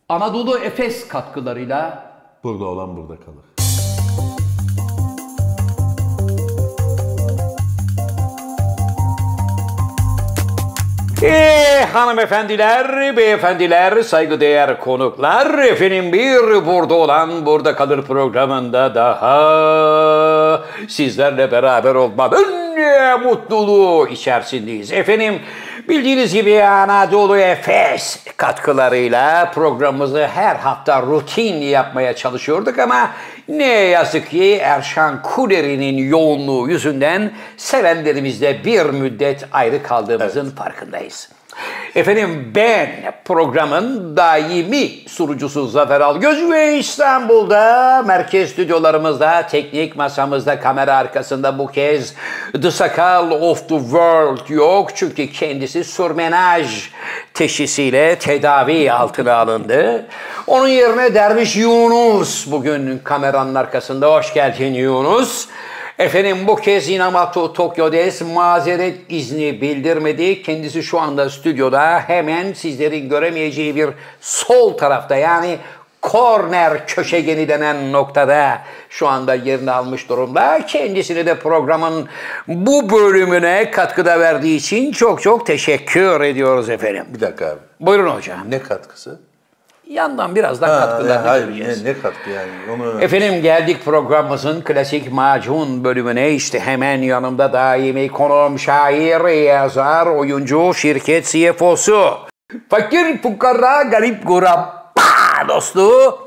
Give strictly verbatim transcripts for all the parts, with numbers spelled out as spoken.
Anadolu Efes katkılarıyla burada olan burada kalır. Eee hanımefendiler, beyefendiler, saygıdeğer konuklar, efendim bir burada olan burada kalır programında daha sizlerle beraber olmanın mutluluğu içerisindeyiz. Efendim bildiğiniz gibi Anadolu Efes katkılarıyla programımızı her hafta rutin yapmaya çalışıyorduk ama ne yazık ki Erşan Kuneri'nin yoğunluğu yüzünden sevenlerimizle bir müddet ayrı kaldığımızın evet. farkındayız. Efendim ben programın daimi sunucusu Zafer Algöz ve İstanbul'da merkez stüdyolarımızda, teknik masamızda, kamera arkasında bu kez The Sakal of the World yok. Çünkü kendisi sürmenaj teşhisiyle tedavi altına alındı. Onun yerine Derviş Yunus bugün kameranın arkasında. Hoş geldin Yunus. Efendim bu kez Inamatu Tokyo'des mazeret izni bildirmedi. Kendisi şu anda stüdyoda hemen sizlerin göremeyeceği bir sol tarafta yani korner köşegeni denen noktada şu anda yerini almış durumda. Kendisine de programın bu bölümüne katkıda verdiği için çok çok teşekkür ediyoruz efendim. Bir dakika abi. Buyurun hocam. Ne katkısı? Yandan birazdan ha, katkılarını hayır, göreceğiz. Ne, ne katkı yani? Onu Efendim geldik programımızın klasik macun bölümüne. İşte hemen yanımda daimi konuğum şair, yazar, oyuncu, şirket C F O'su. Fakir fukara garip gurabba dostu.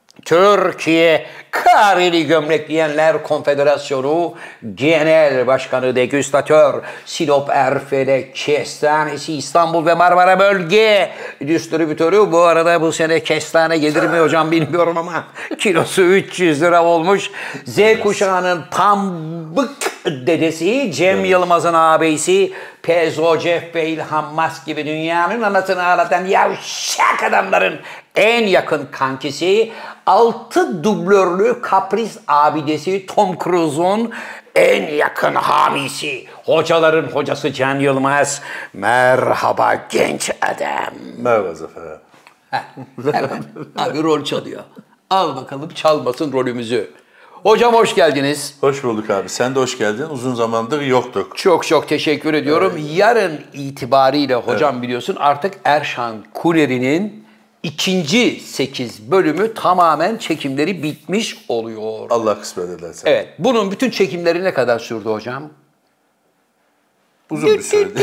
Türkiye Kareli Gömlek Giyenler Konfederasyonu Genel Başkanı Degüstatör Sinop Erfelek Kestanesi İstanbul ve Marmara Bölge Distribütörü. Bu arada bu sene kestane gelir mi hocam bilmiyorum ama kilosu üç yüz lira olmuş. Z kuşağının pambık dedesi Cem Yılmaz'ın ağabeyisi Pezo, Jeff ve İlhan Musk gibi dünyanın anasını ağlatan yavşak adamların en yakın kankisi, altı dublörlü kapris abidesi Tom Cruise'un en yakın hamisi, hocaların hocası Can Yılmaz. Merhaba genç adam. Merhaba Zafer abi. Evet, abi rol çalıyor. Al bakalım çalmasın rolümüzü. Hocam hoş geldiniz. Hoş bulduk abi. Sen de hoş geldin. Uzun zamandır yoktuk. Çok çok teşekkür ediyorum. Evet. Yarın itibariyle hocam evet. biliyorsun artık Erşan Kuneri'nin ikinci sekiz bölümü tamamen çekimleri bitmiş oluyor. Allah kısmet ederse. Evet. Bunun bütün çekimleri ne kadar sürdü hocam? Uzun bir süredir.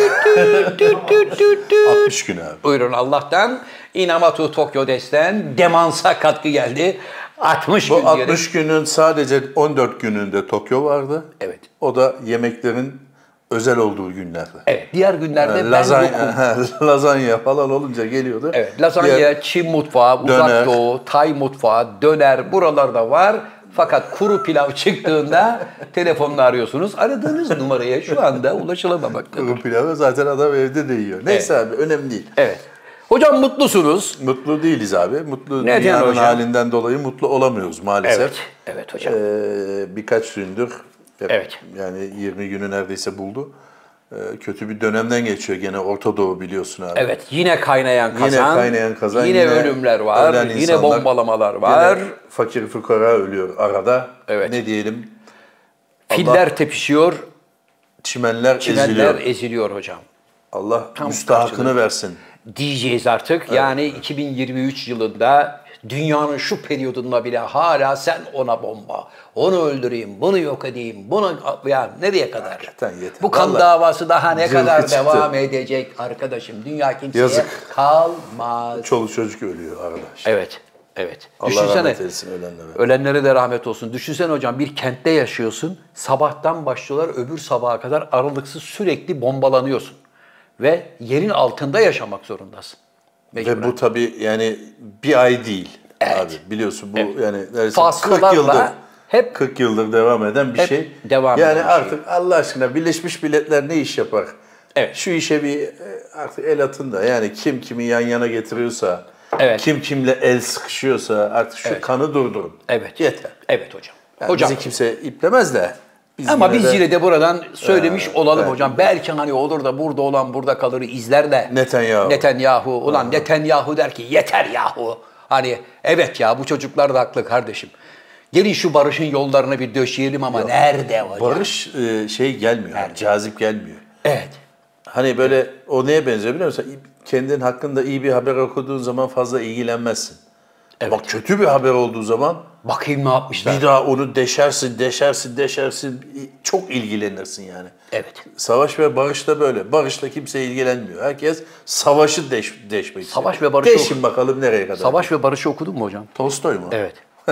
altmış gün abi. Buyurun Allah'tan. Inamatu Tokyodes'ten demansa katkı geldi. altmış Bu gün altmış diyelim. Günün sadece on dört gününde Tokyo vardı. Evet. O da yemeklerin özel olduğu günlerde. Evet. Diğer günlerde yani ben lazanya, lazanya falan olunca geliyordu. Evet. Lazanya, diğer, Çin mutfağı, uzak döner. Doğu, Tay mutfağı, döner buralarda var. Fakat kuru pilav çıktığında telefonla arıyorsunuz. Aradığınız numaraya şu anda ulaşılamamaktadır. Kuru pilavı zaten adam evde de yiyor. Neyse evet. abi önemli değil. Evet. Hocam mutlusunuz. Mutlu değiliz abi. Mutlu neden dünyanın hocam? Halinden dolayı mutlu olamıyoruz maalesef. Evet, evet hocam. Ee, birkaç gündür, evet. yani yirmi günü neredeyse buldu. Ee, kötü bir dönemden geçiyor gene Orta Doğu biliyorsun abi. Evet, yine kaynayan kazan. Yine kaynayan kazan. Yine, yine ölümler var, yine insanlar, bombalamalar var. Yine fakir fukara ölüyor arada. Evet. Ne diyelim? Filler Allah, tepişiyor. Çimenler, çimenler eziliyor. eziliyor hocam. Allah tam müstahakını versin. Diyeceğiz artık. Evet. Yani iki bin yirmi üç yılında dünyanın şu periyodunda bile hala sen ona bomba, onu öldüreyim, bunu yok edeyim, bunu ya nereye kadar? Hakikaten yeter. Bu kan vallahi davası daha ne kadar çıktı. devam edecek arkadaşım? Dünya kimseye Yazık. kalmaz. Çoluk çocuk ölüyor arkadaş. Evet. Evet. Allah Düşünsene, rahmet eylesin ölenlere. Ölenlere de rahmet olsun. Düşünsene hocam bir kentte yaşıyorsun. Sabahtan başlıyorlar öbür sabaha kadar aralıksız sürekli bombalanıyorsun. Ve yerin altında yaşamak zorundasın. Mecburen. Ve bu tabii yani bir ay değil. Evet. Abi biliyorsun bu evet. yani kırk yıldır hep kırk yıldır devam eden bir hep şey. Devam yani artık şey. Allah aşkına Birleşmiş Milletler ne iş yapar? Evet. Şu işe bir artık el atın da yani kim kimi yan yana getiriyorsa, evet. kim kimle el sıkışıyorsa artık şu evet. kanı durdurun. Evet. Yeter. Evet hocam. Yani hocam. Bizi kimse iplemez de. Biz Ama yine biz de, yine de buradan söylemiş ee, olalım evet. hocam. Belki hani olur da burada olan burada kalır izler de. Netanyahu. Netanyahu. Ulan Aha. Netanyahu der ki yeter yahu. Hani evet ya bu çocuklar da haklı kardeşim. Gelin şu barışın yollarını bir döşeyelim ama Yok. nerede hocam? Barış e, şey gelmiyor, nerede? Cazip gelmiyor. Evet. Hani böyle o neye benziyor biliyor musun? Kendin hakkında iyi bir haber okuduğun zaman fazla ilgilenmezsin. Evet. Bak kötü bir haber olduğu zaman bakayım ne yapmışlar. Bir daha onu deşersin, deşersin, deşersin. Çok ilgilenirsin yani. Evet. Savaş ve barış da böyle. Barışla kimse ilgilenmiyor. Herkes savaşı deş, deşmek istiyor. Savaş ve barışı Deşin bakalım nereye kadar. Savaş ve Barış'ı okudun mu hocam? Tolstoy mu? Evet.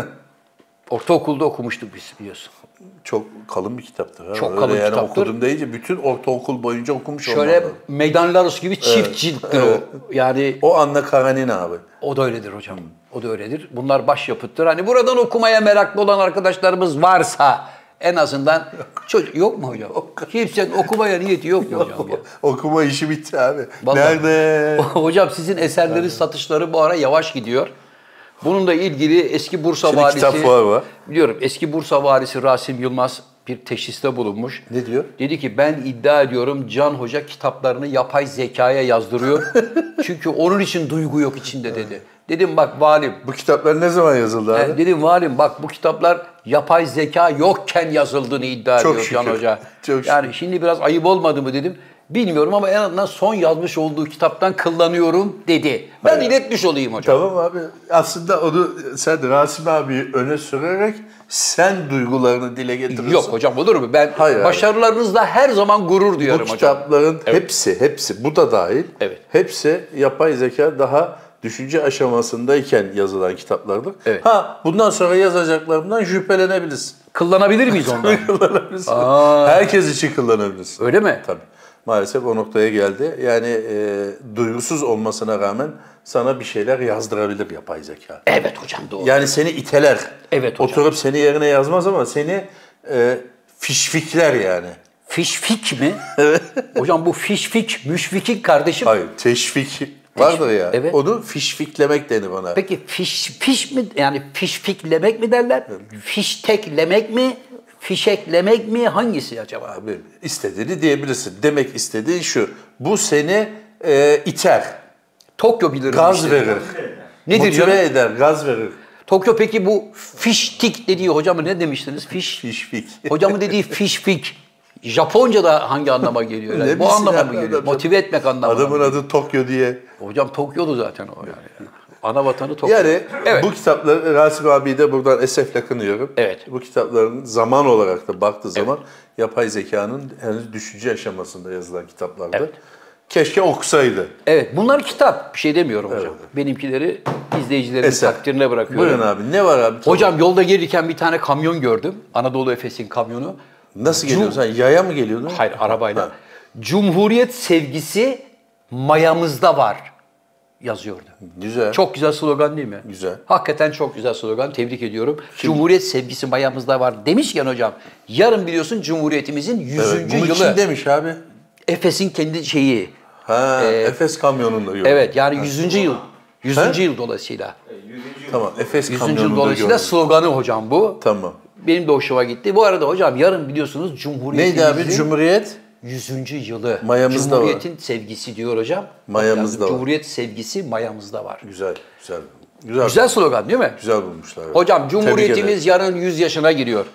Ortaokulda okumuştuk biz biliyorsun. Çok kalın bir kitaptır. Ha? Çok Öyle kalın yani kitaptır. Okudum deyince bütün ortaokul boyunca okumuş olmalı. Şöyle Meydan Larus gibi çift evet. cilttir evet. o. Yani o Anna Karenina abi. O da öyledir hocam. Hmm. O da öyledir. Bunlar başyapıttır. Hani buradan okumaya meraklı olan arkadaşlarımız varsa en azından çocuk yok mu hocam? Kimsenin okumaya niyeti yok mu hocam? Ya? Okuma işi bitti abi. Vallahi, nerede? Hocam sizin eserlerin evet. satışları bu ara yavaş gidiyor. Bununla ilgili eski Bursa Şimdi valisi, kitap fuarı var. Biliyorum eski Bursa valisi Rasim Yılmaz bir teşhiste bulunmuş. Ne diyor? Dedi ki ben iddia ediyorum Can Hoca kitaplarını yapay zekaya yazdırıyor. Çünkü onun için duygu yok içinde dedi. Dedim bak valim. Bu kitaplar ne zaman yazıldı abi? Yani dedim valim bak bu kitaplar yapay zeka yokken yazıldığını iddia Çok ediyor şükür. Can Hoca. Çok yani şükür. Şimdi biraz ayıp olmadı mı dedim. Bilmiyorum ama en azından son yazmış olduğu kitaptan kıllanıyorum dedi. Ben Hayır. iletmiş olayım hocam. Tamam abi. Aslında onu sen Rasim abi öne sürerek sen duygularını dile getiriyorsun. Yok hocam olur mu? Ben Hayır, başarılarınızla hayır. her zaman gurur duyarım hocam. Bu kitapların hocam. hepsi, hepsi bu da dahil. Evet. Hepsi yapay zeka daha düşünce aşamasındayken yazılan kitaplardır. Evet. Ha bundan sonra yazacaklarımdan şüphelenebilirsin. Kullanabilir miyiz ondan? Kullanabilirsin. Herkes için kullanabilirsin. Öyle mi? Tabii. Maalesef o noktaya geldi. Yani e, duygusuz olmasına rağmen sana bir şeyler yazdırabilir yapay zeka. Evet hocam doğru. Yani seni iteler. Evet hocam. Oturup seni yerine yazmaz ama seni e, fişfikler yani. Fişfik mi? Evet. Hocam bu fişfik, müşfikik kardeşim. Hayır, teşvik vardır ya. Evet. Onu fişfiklemek denir ona. Peki fiş, fiş mi yani fişfiklemek mi derler? Evet. Fişteklemek mi? Fişeklemek mi? Hangisi acaba? Abi istediğini diyebilirsin. Demek istediğin şu. Bu seni e, iter. Tokyo bilirim. Gaz işte. verir. Nedir Motive ya? eder, gaz verir. Tokyo peki bu fiştik dediği hocam ne demiştiniz? Fiş. Fişfik. Hocamın dediği fişfik. Japonca'da hangi anlama geliyor? Yani bu anlama mı geliyor? Adam, Motive etmek anlamına. Adamın adı Tokyo diye. Hocam Tokyo'du zaten o yani. Ana vatanı Tokyo. Yani evet. bu kitapları Rasim abiyi de buradan esefle kınıyorum. Evet. Bu kitapların zaman olarak da baktığı zaman evet. yapay zekanın henüz düşünce aşamasında yazılan kitaplardı. Evet. Keşke okusaydı. Evet. Bunlar kitap. Bir şey demiyorum evet. hocam. Benimkileri izleyicilerin Eser. takdirine bırakıyorum. Buyurun abi. Ne var abi? Hocam tamam. Yolda gelirken bir tane kamyon gördüm. Anadolu Efes'in kamyonu. Nasıl geliyorsun? Sen yaya mı geliyordun? Hayır, arabayla. Ha. Cumhuriyet sevgisi mayamızda var yazıyordu. Güzel. Çok güzel slogan değil mi? Güzel. Hakikaten çok güzel slogan. Tebrik ediyorum. Şimdi, Cumhuriyet sevgisi mayamızda var demişken hocam, yarın biliyorsun Cumhuriyetimizin yüzüncü evet, bunu yılı. Kim demiş abi? Efes'in kendi şeyi. Ha, e, Efes kamyonunda gördüm. Evet, yani yüzüncü yıl. yüzüncü yıl dolayısıyla. yüzüncü Tamam, Efes yüzüncü kamyonunda yıl dolayısıyla gördüm. sloganı hocam bu. Tamam. Benim de hoşuma gitti. Bu arada hocam yarın biliyorsunuz Cumhuriyetimizin... Neydi abi? Cumhuriyet? yüzüncü yılı. Mayamızda Cumhuriyetin var. sevgisi diyor hocam. Mayamızda var. Cumhuriyet sevgisi mayamızda var. Güzel, güzel. Güzel, güzel slogan değil mi? Güzel bulmuşlar. Evet. Hocam Cumhuriyetimiz yarın yüz yaşına giriyor.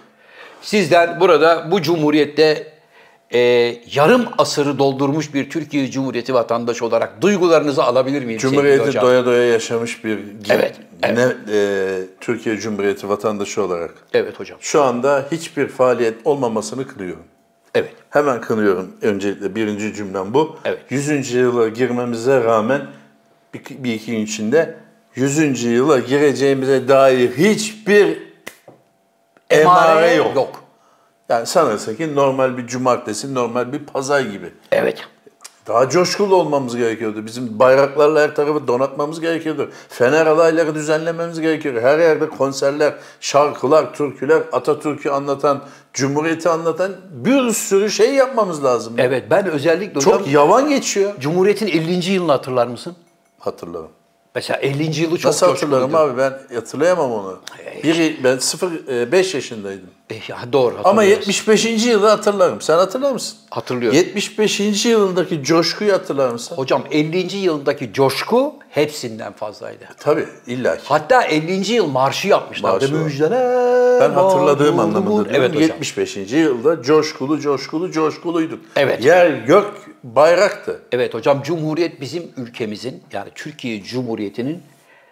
Sizden burada bu Cumhuriyet'te e, yarım asırı doldurmuş bir Türkiye Cumhuriyeti vatandaşı olarak duygularınızı alabilir miyim? Cumhuriyeti doya doya yaşamış bir evet, evet. Ne, e, Türkiye Cumhuriyeti vatandaşı olarak. Evet hocam. Şu anda hiçbir faaliyet olmamasını kınıyorum. Evet. Hemen kınıyorum. Öncelikle birinci cümlem bu. Evet. yüzüncü yıla girmemize rağmen bir, bir iki gün içinde yüzüncü yıla gireceğimize dair hiçbir emare, emare yok. yok. Yani sanırsın ki normal bir cumartesi, normal bir pazar gibi. Evet. Daha coşkulu olmamız gerekiyordu. Bizim bayraklarla her tarafı donatmamız gerekiyordu. Fener alayları düzenlememiz gerekiyordu. Her yerde konserler, şarkılar, türküler, Atatürk'ü anlatan, Cumhuriyeti anlatan bir sürü şey yapmamız lazım. Evet, ben özellikle çok hocam, yavan geçiyor. Cumhuriyet'in ellinci yılını hatırlar mısın? Hatırlarım. Mesela ellinci yılı çok Nasıl hatırlarım coşkuluydu. abi, ben hatırlayamam onu. Biri, ben sıfır beş yaşındaydım. E, ya doğru Ama hatırlıyoruz. yetmiş beşinci yılı hatırlarım. Sen hatırlar mısın? Hatırlıyorum. yetmiş beşinci yılındaki coşkuyu hatırlar mısın? Hocam ellinci yıldaki coşku hepsinden fazlaydı. Tabii, illa ki. Hatta ellinci yıl marşı yapmışlardı. Marşı var. Müjdeler. Ben hatırladığım var, anlamında olur. diyorum. Evet hocam. yetmiş beşinci yılda coşkulu coşkulu coşkuluyduk. Evet. Yer gök bayraktı. Evet hocam, Cumhuriyet bizim ülkemizin, yani Türkiye Cumhuriyeti'nin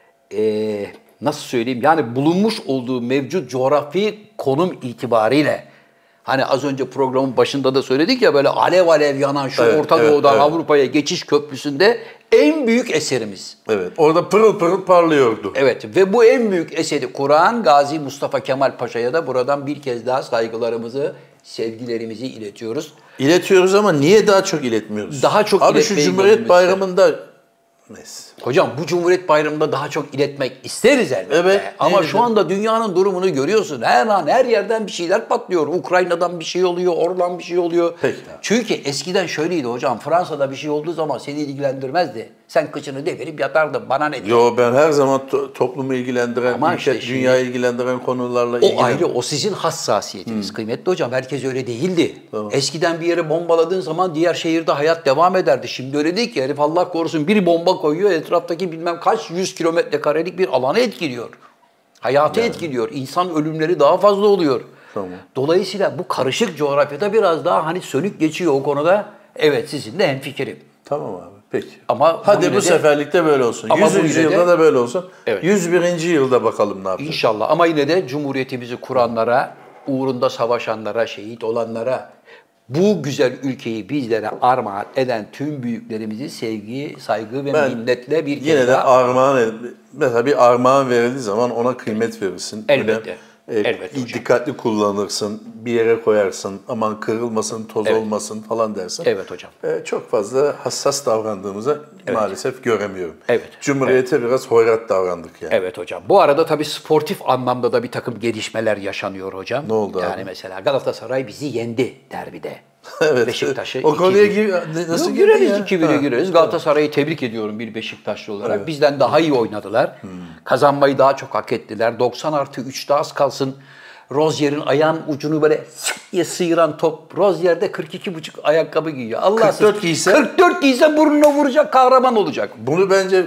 eee, nasıl söyleyeyim, yani bulunmuş olduğu mevcut coğrafi konum itibariyle, hani az önce programın başında da söyledik ya, böyle alev alev yanan şu Evet, Orta evet, Doğu'dan evet. Avrupa'ya geçiş köprüsünde en büyük eserimiz. Evet. Orada pırıl pırıl parlıyordu. Evet ve bu en büyük eseri kuran Gazi Mustafa Kemal Paşa'ya da buradan bir kez daha saygılarımızı, sevgilerimizi iletiyoruz. İletiyoruz ama niye daha çok iletmiyoruz? Daha çok Abi şu iletmeyi Cumhuriyet gönlümüzde. Bayramı'nda neyse. Hocam bu Cumhuriyet Bayramı'nda daha çok iletmek isteriz elbette. Evet, Ama değil şu mi? anda dünyanın durumunu görüyorsun. Her an her yerden bir şeyler patlıyor. Ukrayna'dan bir şey oluyor, oradan bir şey oluyor. Peki. Çünkü eskiden şöyleydi hocam. Fransa'da bir şey olduğu zaman seni ilgilendirmezdi. Sen kıçını devirip yatardın. Bana ne? Yo, ben her zaman to- toplumu ilgilendiren, Ama ülke, işte şimdi- dünyayı ilgilendiren konularla O ilgilen. ayrı, o sizin hassasiyetiniz kıymetli hocam. Herkes öyle değildi. Tamam. Eskiden bir yere bombaladığın zaman diğer şehirde hayat devam ederdi. Şimdi öyle değil ki. Herif Allah korusun bir bomba koyuyor, etraftaki bilmem kaç yüz kilometre karelik bir alanı etkiliyor. Hayatı etkiliyor. İnsan ölümleri daha fazla oluyor. Tamam. Dolayısıyla bu karışık coğrafyada biraz daha hani sönük geçiyor o konuda. Evet, sizinle hemfikirim. Tamam abi, peki. Ama Hadi yine bu de- seferlikte böyle olsun. Ama bu yüzüncü yine de- yılda da böyle olsun. Evet. yüz birinci yılda bakalım ne yapacağız. İnşallah, ama yine de Cumhuriyetimizi kuranlara, uğrunda savaşanlara, şehit olanlara, bu güzel ülkeyi bizlere armağan eden tüm büyüklerimizi sevgi, saygı ve Ben minnetle bir kez Yine de daha... armağan, ed- mesela bir armağan verildiği zaman ona kıymet verirsin. Elbette. Böyle, e, Elbette hocam. dikkatli kullanırsın, bir yere koyarsın, aman kırılmasın, toz Evet. olmasın falan dersin. Evet hocam. E, çok fazla hassas davrandığımızı maalesef göremiyorum. Evet. Cumhuriyete biraz hoyrat davrandık yani. Evet hocam. Bu arada tabii sportif anlamda da bir takım gelişmeler yaşanıyor hocam. Ne oldu yani abi? mesela Galatasaray bizi yendi derbide. Evet. Beşiktaş'ı O konuya iki bir. gir, ne- nasıl Yok, girdin gireriz, ya? iki bire Ha. gireriz. Galatasaray'ı tebrik ediyorum bir Beşiktaşlı olarak. Bizden daha iyi oynadılar. Kazanmayı daha çok hak ettiler. doksan artı üçte az kalsın Rozier'in ayağın ucunu böyle sık diye sıyıran top. Rozier de kırk iki buçuk ayakkabı giyiyor. Allah kırk dört giyse- kırk dört giyse burnuna vuracak, kahraman olacak. Bunu bence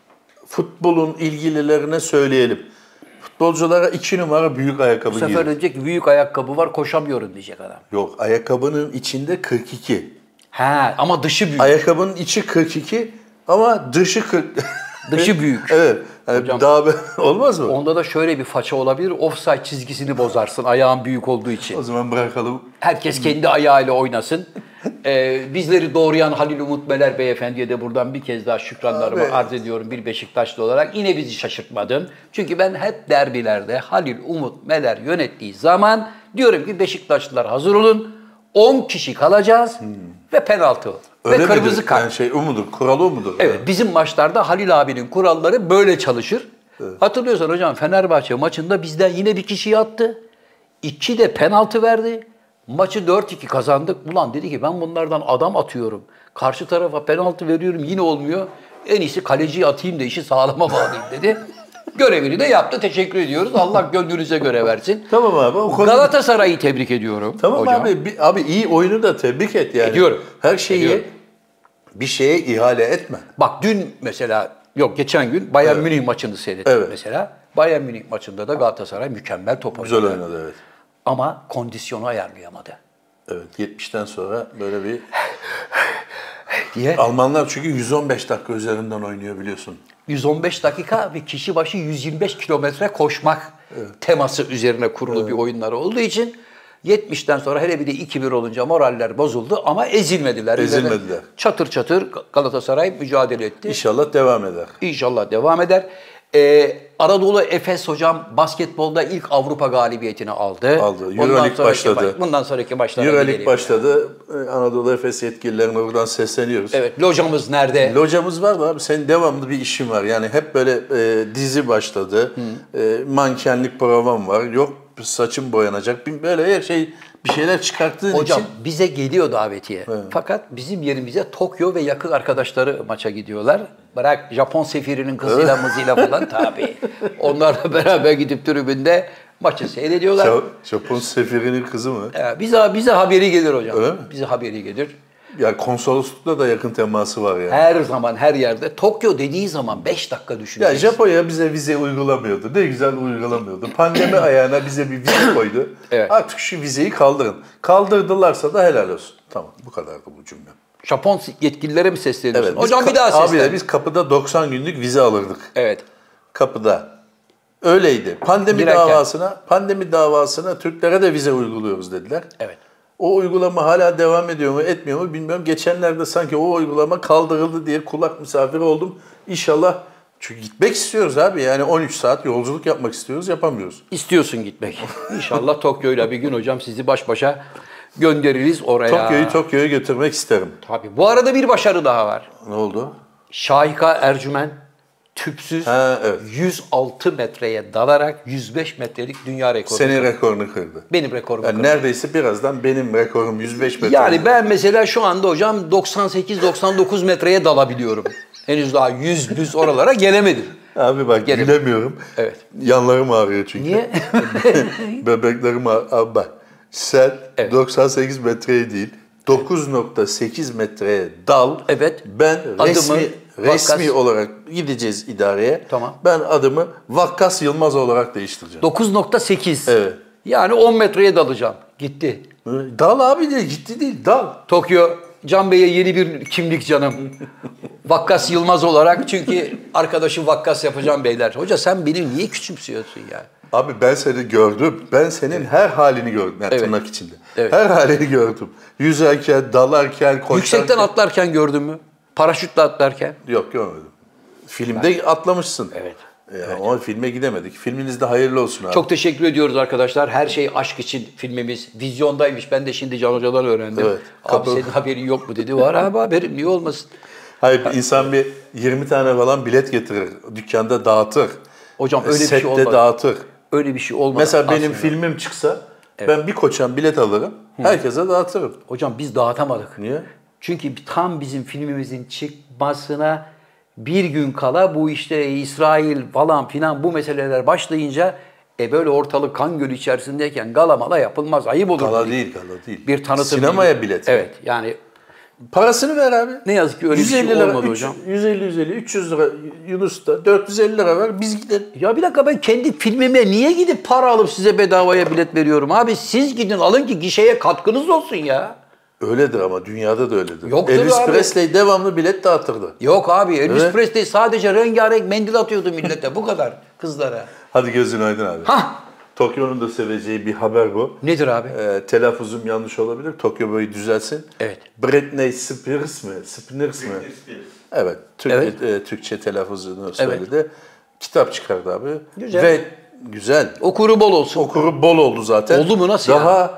futbolun ilgililerine söyleyelim. Futbolculara iki numara büyük ayakkabı Bu sefer giyin. diyecek ki büyük ayakkabı var, koşamıyorum diyecek adam. Yok, ayakkabının içinde kırk iki. Ha, ama dışı büyük. Ayakkabının içi kırk iki ama dışı kırk. Dışı büyük. Evet. Yani Hocam- daha be- olmaz mı? Onda da şöyle bir faça olabilir. Offside çizgisini bozarsın ayağın büyük olduğu için. O zaman bırakalım. Herkes kendi ayağıyla oynasın. Ee, bizleri doğrayan Halil Umut Meler Beyefendi'ye de buradan bir kez daha şükranlarımı Abi. arz ediyorum bir Beşiktaşlı olarak. Yine bizi şaşırtmadın. Çünkü ben hep derbilerde Halil Umut Meler yönettiği zaman diyorum ki Beşiktaşlılar hazır olun. on kişi kalacağız ve penaltı Öyle ve kırmızı midir? kart. Yani şey o mudur? Kuralı o mudur? Evet, bizim maçlarda Halil abinin kuralları böyle çalışır. Hatırlıyorsan hocam, Fenerbahçe maçında bizden yine bir kişiyi attı. İki de penaltı verdi. Maçı dört iki kazandık. Ulan dedi ki ben bunlardan adam atıyorum. Karşı tarafa penaltı veriyorum, yine olmuyor. En iyisi kaleciyi atayım da işi sağlama bağlayayım dedi. Görevini de yaptı. Teşekkür ediyoruz. Allah gönlünüze göre versin. Tamam abi. O konuda... Galatasaray'ı tebrik ediyorum. Tamam hocam. abi. bi- Abi iyi oyunu da tebrik et yani. Ediyorum. Her şeyi Ediyorum. bir şeye ihale etme. Bak dün mesela, yok geçen gün Bayern Münih maçını seyrettim Evet. mesela. Bayern Münih maçında da Galatasaray mükemmel top oynadı. Güzel oynadı, evet. Ama kondisyonu ayarlayamadı. Evet. yetmişten sonra böyle bir... Diye Almanlar çünkü yüz on beş dakika üzerinden oynuyor biliyorsun. yüz on beş dakika ve kişi başı yüz yirmi beş kilometre koşmak teması üzerine kurulu bir oyunları olduğu için yetmişten sonra hele bir de iki bir olunca moraller bozuldu ama ezilmediler. Ezilmediler. Üzerine çatır çatır Galatasaray mücadele etti. İnşallah devam eder. İnşallah devam eder. Ee, Anadolu Efes hocam basketbolda ilk Avrupa galibiyetini aldı. Aldı. Ondan Euroleague sonraki başladı. maç- bundan sonraki maçlara Euroleague gidelim. başladı. Ee, Anadolu Efes yetkililerine buradan sesleniyoruz. Evet, locamız nerede? Locamız var mı abi? Senin devamlı bir işin var. Yani hep böyle e, dizi başladı. E, mankenlik program var. Yok saçım boyanacak. Bir- Böyle her şey bir şeyler çıkarttığın Hocam için. bize geliyor davetiye. Evet. Fakat bizim yerimize Tokyo ve yakın arkadaşları maça gidiyorlar. Bırak Japon sefirinin kızıyla mızıyla falan tabii. Onlarla beraber gidip tribünde maçı seyrediyorlar. Japon sefirinin kızı mı? Ee, bize bize haberi gelir hocam. Öyle mi? Bize haberi gelir. Ya konsoloslukla da yakın teması var yani. Her zaman her yerde. Tokyo dediği zaman beş dakika düşüneceksin. Ya Japonya bize vize uygulamıyordu. Ne güzel uygulamıyordu. Pandemi ayağına bize bir vize koydu. Evet. Artık şu vizeyi kaldırın. Kaldırdılarsa da helal olsun. Tamam, bu kadardı bu cümle. Japon yetkililere mi sesleniyorsun? Evet, Hocam biz bir daha ka- seslen. Abi biz kapıda doksan günlük vize alırdık. Evet. Kapıda. Öyleydi. Pandemi Girerken. davasına, pandemi davasına Türklere de vize uyguluyoruz dediler. Evet. O uygulama hala devam ediyor mu, etmiyor mu bilmiyorum. Geçenlerde sanki o uygulama kaldırıldı diye kulak misafiri oldum. İnşallah, çünkü gitmek istiyoruz abi. Yani on üç saat yolculuk yapmak istiyoruz, yapamıyoruz. İstiyorsun gitmek. İnşallah Tokyo'yla bir gün hocam sizi baş başa göndeririz oraya. Tokyo'yu Tokyo'ya götürmek isterim. Tabii. Bu arada bir başarı daha var. Ne oldu? Şahika Ercümen tüpsüz Ha, evet. yüz altı metreye dalarak yüz beş metrelik dünya rekoru. Senin rekorunu kırdı. Benim rekorumu Yani kırdı. neredeyse birazdan benim rekorum yüz beş metre. Yani ben mesela şu anda hocam doksan sekiz doksan dokuz metreye dalabiliyorum. Henüz daha yüz yüz oralara gelemedim. Abi bak Gelin. gülemiyorum. Evet. Yanlarım ağrıyor çünkü. Niye? Bebeklerim ağrıyor. Abi bak sen Evet. doksan sekiz metreye değil dokuz nokta sekiz metreye dal. Evet. Ben Adımı resmi resmi Vakkas- olarak gideceğiz idareye. Tamam. Ben adımı Vakkas Yılmaz olarak değiştireceğim. dokuz nokta sekiz. Evet. Yani on metreye dalacağım. Gitti. Dal abi de ciddi değil dal. Tokyo, Can Bey'e yeni bir kimlik canım. Vakkas Yılmaz olarak, çünkü arkadaşı Vakkas yapacağım beyler. Hoca sen beni niye küçümsüyorsun ya? Abi ben seni gördüm. Ben senin her halini gördüm. Yani Evet. tırnak içinde. Evet. Her halini gördüm. Yüzerken, dalarken, koşarken. Yüksekten atlarken gördün mü? Paraşütle atlarken? Yok görmedim. Filmde atlamışsın. Evet. Ya, Ama filme gidemedik. Filminiz de hayırlı olsun abi. Çok teşekkür ediyoruz arkadaşlar. Her şey aşk için filmimiz. Vizyondaymış. Ben de şimdi Can Hoca'dan öğrendim. Evet. Abi Kapı- senin haberin yok mu dedi. Var abi haberim. Niye olmasın? Hayır insan bir yirmi tane falan bilet getirir. Dükkanda dağıtır. Hocam öyle bir şey Sette olmadı. dağıtır. Öyle bir şey olmadı. Mesela benim aslında. filmim çıksa ben bir koçan bilet alırım. Herkese dağıtırım. Hocam biz dağıtamadık. Niye? Çünkü tam bizim filmimizin çıkmasına bir gün kala bu işte İsrail falan filan bu meseleler başlayınca e böyle ortalık kan gölü içerisindeyken gala mala yapılmaz. Ayıp olur. Gala dedik. değil, gala değil. Bir tanıtım. Sinemaya değil. bilet. Evet yani Parasını ver abi. ne yazık ki öyle bir şey yüz elli lira, olmadı üç- hocam. yüz elli yüz elli üç yüz lira Yunus'ta dört yüz elli lira ver biz gidelim. Ya bir dakika, ben kendi filmime niye gidip para alıp size bedavaya bilet veriyorum? Abi siz gidin alın ki gişeye katkınız olsun ya. Öyledir ama dünyada da öyledir. Yoktur Elvis abi. Presley devamlı bilet dağıtırdı. Yok abi Elvis Evet. Presley sadece rengarenk mendil atıyordu millete bu kadar kızlara. Hadi gözün aydın abi. Hah Tokyo'nun da seveceği bir haber bu. nedir abi? Ee, telaffuzum yanlış olabilir. Tokyo böyle düzelsin. Evet. Britney Spears mi? Spears mi? Evet. Türk, Evet. e, Türkçe telaffuzunu söyledi. Kitap çıkardı abi. Güzel. Ve güzel. Okuru bol olsun. Okuru bol oldu zaten. Oldu mu, nasıl Daha yani?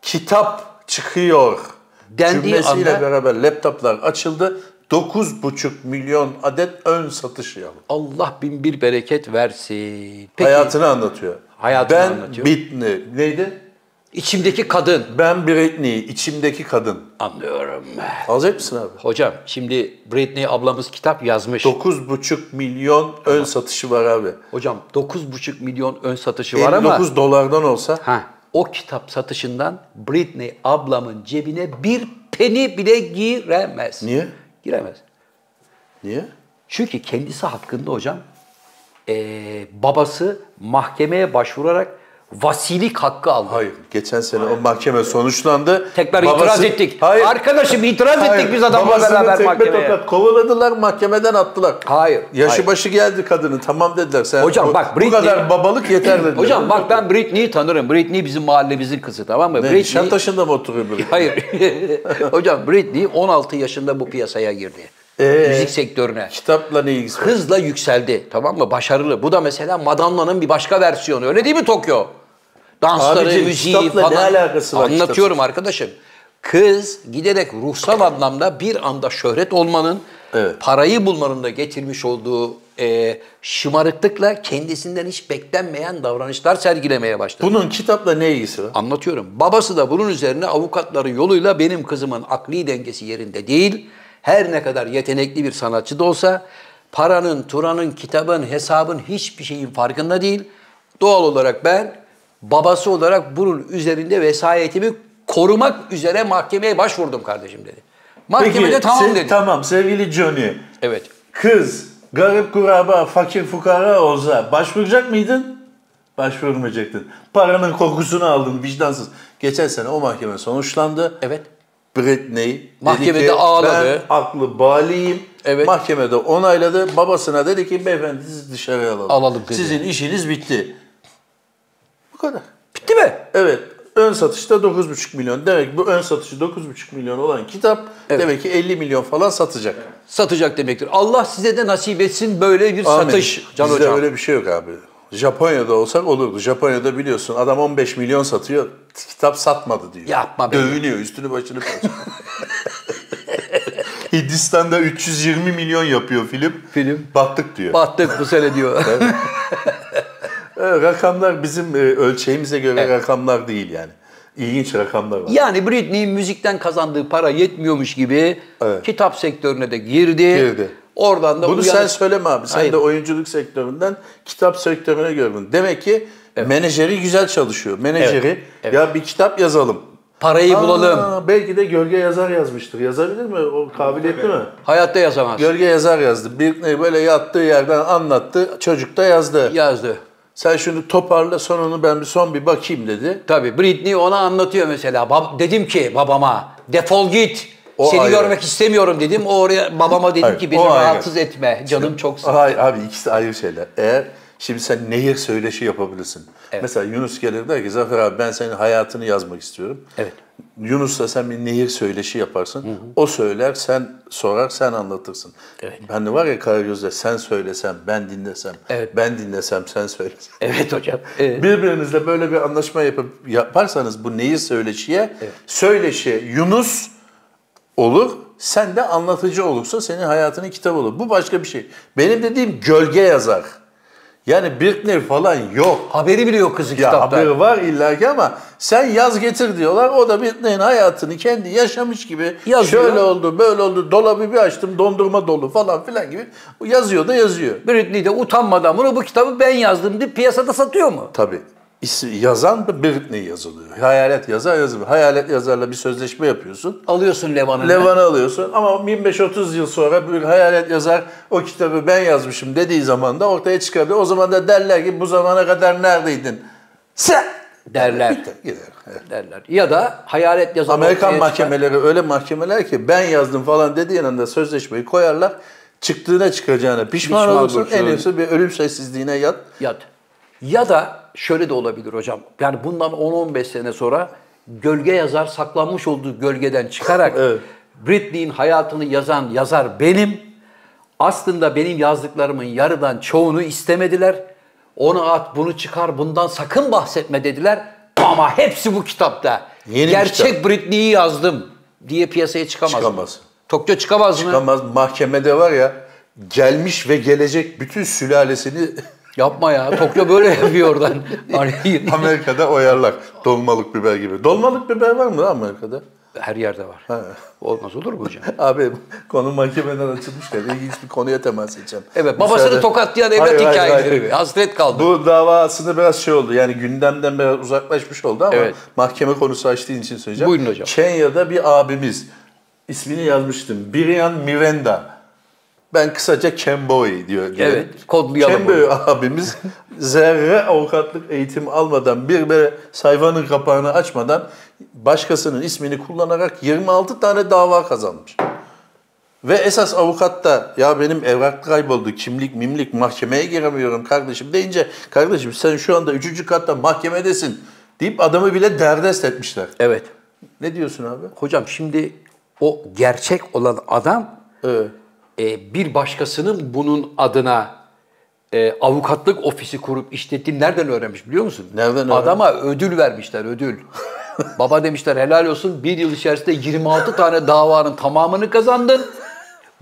kitap çıkıyor. Dendiği Cümlesiyle anda- beraber laptoplar açıldı. dokuz buçuk milyon adet ön satış yaptı. Allah bin bir bereket versin. Peki Hayatını anlatıyor. Hayatını ben anlatıyor. Britney. Neydi? içimdeki kadın. Ben Britney. içimdeki kadın. Anlıyorum. Alacak mısın abi? Hocam şimdi Britney ablamız kitap yazmış. dokuz buçuk milyon ön satışı var abi. Hocam dokuz buçuk milyon ön satışı var elli ama dokuz dolardan olsa ha, o kitap satışından Britney ablamın cebine bir peni bile giremez. Niye? Giremez. Niye? Çünkü kendisi hakkında hocam eee, babası mahkemeye başvurarak vasilik hakkı aldı. Hayır. Geçen sene o mahkeme sonuçlandı. Tekrar Babası- itiraz ettik. Hayır. Arkadaşım itiraz Hayır. ettik biz adamla Babasını beraber tekme mahkemeye. tokat kovaladılar, mahkemeden attılar. Hayır. Yaşı hayır. başı geldi kadının. Tamam dediler. Sen Hocam bu, bak, bu Britney- kadar babalık yeter dediler. Hocam bak ben Britney'i tanırım. Britney bizim mahallemizin kızı, tamam mı? Ne, Britney... Nişantaşı'nda mı oturuyor böyle? Hayır. Hocam Britney on altı yaşında bu piyasaya girdi. Ee? Müzik sektörüne. Kitapla ne ilgisi var? Hızla yükseldi, tamam mı? Başarılı. Bu da mesela Madonna'nın bir başka versiyonu. Öyle değil mi Tokyo? Dansları, Abicim, müziği kitapla falan. ne alakası var Anlatıyorum arkadaşım. Kız giderek ruhsal anlamda bir anda şöhret olmanın, Evet. parayı bulmanın da getirmiş olduğu e, şımarıklıkla kendisinden hiç beklenmeyen davranışlar sergilemeye başladı. Bunun kitapla ne ilgisi var? Anlatıyorum. Babası da bunun üzerine avukatları yoluyla benim kızımın akli dengesi yerinde değil, her ne kadar yetenekli bir sanatçı da olsa paranın, turanın, kitabın, hesabın hiçbir şeyin farkında değil. Doğal olarak ben babası olarak bunun üzerinde vesayetimi korumak üzere mahkemeye başvurdum kardeşim dedi. Mahkemede Peki, tamam se- dedi. Tamam sevgili Johnny. Evet. Kız garip kuraba, fakir fukara olsa başvuracak mıydın? Başvurmayacaktın. Paranın kokusunu aldın vicdansız. Geçen sene o mahkeme sonuçlandı. Evet. Britney Mahkemede dedi ki, ağladı. ben aklı baliyim. Evet. Mahkemede onayladı. Babasına dedi ki beyefendi sizi dışarıya alalım. Alalım dedi. Sizin işiniz bitti. Bu kadar. Bitti mi? Evet. Ön satışta dokuz buçuk milyon. Demek ki bu ön satışı dokuz buçuk milyon olan kitap Evet. demek ki elli milyon falan satacak. Satacak demektir. Allah size de nasip etsin böyle bir Amin. satış Can Bizde Hocam. öyle bir şey yok abi. Japonya'da olsak olurdu. Japonya'da biliyorsun adam on beş milyon satıyor. Kitap satmadı diyor. Yapma be. Dövünüyor. Üstünü başını parçalıyor. Hindistan'da üç yüz yirmi milyon yapıyor film. Film. Battık diyor. Battık bu sene diyor. Evet, rakamlar bizim e, ölçeğimize göre Evet. rakamlar değil yani. İlginç rakamlar var. Yani Britney'in müzikten kazandığı para yetmiyormuş gibi Evet. kitap sektörüne de girdi. Girdi. Oradan da Bunu uyanık- sen söyleme abi. Sen Hayır. de oyunculuk sektöründen kitap sektörüne gördün. Demek ki menajeri güzel çalışıyor. Menajeri Evet. Evet. ya bir kitap yazalım. Parayı Aa, bulalım. Belki de gölge yazar yazmıştır. Yazabilir mi? O kabiliyetli mi? Hayatta yazamaz. Gölge yazar yazdı. Bir böyle yattığı yerden anlattı. Çocuk da yazdı. Yazdı. Sen şunu toparla sonunu ben bir son bir bakayım dedi. Tabii Britney ona anlatıyor mesela. Bab- dedim ki babama defol git. O Seni ayrı. görmek istemiyorum dedim. O oraya babama dedim Hayır, ki beni o ayrı. rahatsız etme. Canım çok sıkı. Hayır abi ikisi ayrı şeyler. Eğer şimdi sen nehir söyleşi yapabilirsin. Evet. Mesela Yunus gelir der ki Zafer abi ben senin hayatını yazmak istiyorum. Evet. Yunus'la sen bir nehir söyleşi yaparsın. Hı hı. O söyler, sen sorar, sen anlatırsın. Evet. Ben de var ya Karagöz'de sen söylesem, ben dinlesem, Evet. ben dinlesem, sen söylesen. Evet hocam. Evet. Birbirinizle böyle bir anlaşma yapıp yaparsanız bu nehir söyleşiye, Evet. söyleşi Yunus olur, sen de anlatıcı olursa senin hayatının kitabı olur. Bu başka bir şey. Benim dediğim gölge yazar. Yani Birkner falan yok. Haberi bile yok kızı Ya kitapta. haberi var illaki ama sen yaz getir diyorlar. O da Birkner'in hayatını kendi yaşamış gibi Yazıyor. şöyle oldu, böyle oldu, dolabı bir açtım, dondurma dolu falan filan gibi yazıyor da yazıyor. Britney de utanmadan bunu bu kitabı ben yazdım diye piyasada satıyor mu? Tabii. İsmi, yazan da Britney yazılıyor. Hayalet yazar yazılıyor. Hayalet yazarla bir sözleşme yapıyorsun. Alıyorsun Levan'ı. Levan'ı alıyorsun ama yirmi beş otuz yıl sonra bir hayalet yazar o kitabı ben yazmışım dediği zaman da ortaya çıkarıyor. O zaman da derler ki bu zamana kadar neredeydin? Sen! Derler. Gider, gider. Evet. Derler. Ya da hayalet yazan Amerikan ortaya mahkemeleri öyle mahkemeler ki ben yazdım falan dediğin anda sözleşmeyi koyarlar. Çıktığına çıkacağına pişman, Pişman olursun. olursun. En iyisi bir ölüm sessizliğine yat. çıkar. Yat. Ya da şöyle de olabilir hocam. Yani bundan on on beş sene sonra gölge yazar saklanmış olduğu gölgeden çıkarak Evet. Britney'in hayatını yazan yazar benim. Aslında benim yazdıklarımın yarıdan çoğunu istemediler. Onu at, bunu çıkar, bundan sakın bahsetme dediler. Ama hepsi bu kitapta. Yeni bir Gerçek kitap. Britney'i yazdım diye piyasaya çıkamaz. mı? Çıkamaz. Tokyo çıkamaz mı? Çıkamaz. Mahkemede var ya gelmiş ve gelecek bütün sülalesini Yapma ya. Tokyo böyle yapıyor oradan. Hani Amerika'da oyarlar. Dolmalık biber gibi. Dolmalık biber var mı lan Amerika'da? her yerde var. Olmaz olur mu hocam? Abi konu mahkemeden açılmışken ilginç bir konuya temas edeceğim. Evet, babasını Müsaade- tokatlayan evlat Hayır, hayır, hikayeleri. hayır. Hasret kaldı. Bu dava aslında biraz şey oldu. Yani gündemden biraz uzaklaşmış oldu ama Evet. mahkeme konusu açtığın için söyleyeceğim. Buyurun hocam. Kenya'da bir abimiz. İsmini yazmıştım. Brian Miranda. Ben kısaca Kemboy diyor. diyelim. Evet, kodlayalım Kemboy onu. abimiz zerre avukatlık eğitimi almadan bir böyle sayfanın kapağını açmadan başkasının ismini kullanarak yirmi altı tane dava kazanmış. Ve esas avukat da ya benim evrak kayboldu, kimlik mimlik mahkemeye giremiyorum kardeşim deyince kardeşim sen şu anda üçüncü katta mahkemedesin deyip adamı bile derdest etmişler. Evet. Ne diyorsun abi? Hocam şimdi o gerçek olan adam Evet. e, bir başkasının bunun adına e, avukatlık ofisi kurup işlettiğini nereden öğrenmiş biliyor musun? Nereden öğrenmiş? Adama ödül vermişler, ödül. Baba demişler helal olsun bir yıl içerisinde yirmi altı tane davanın tamamını kazandın.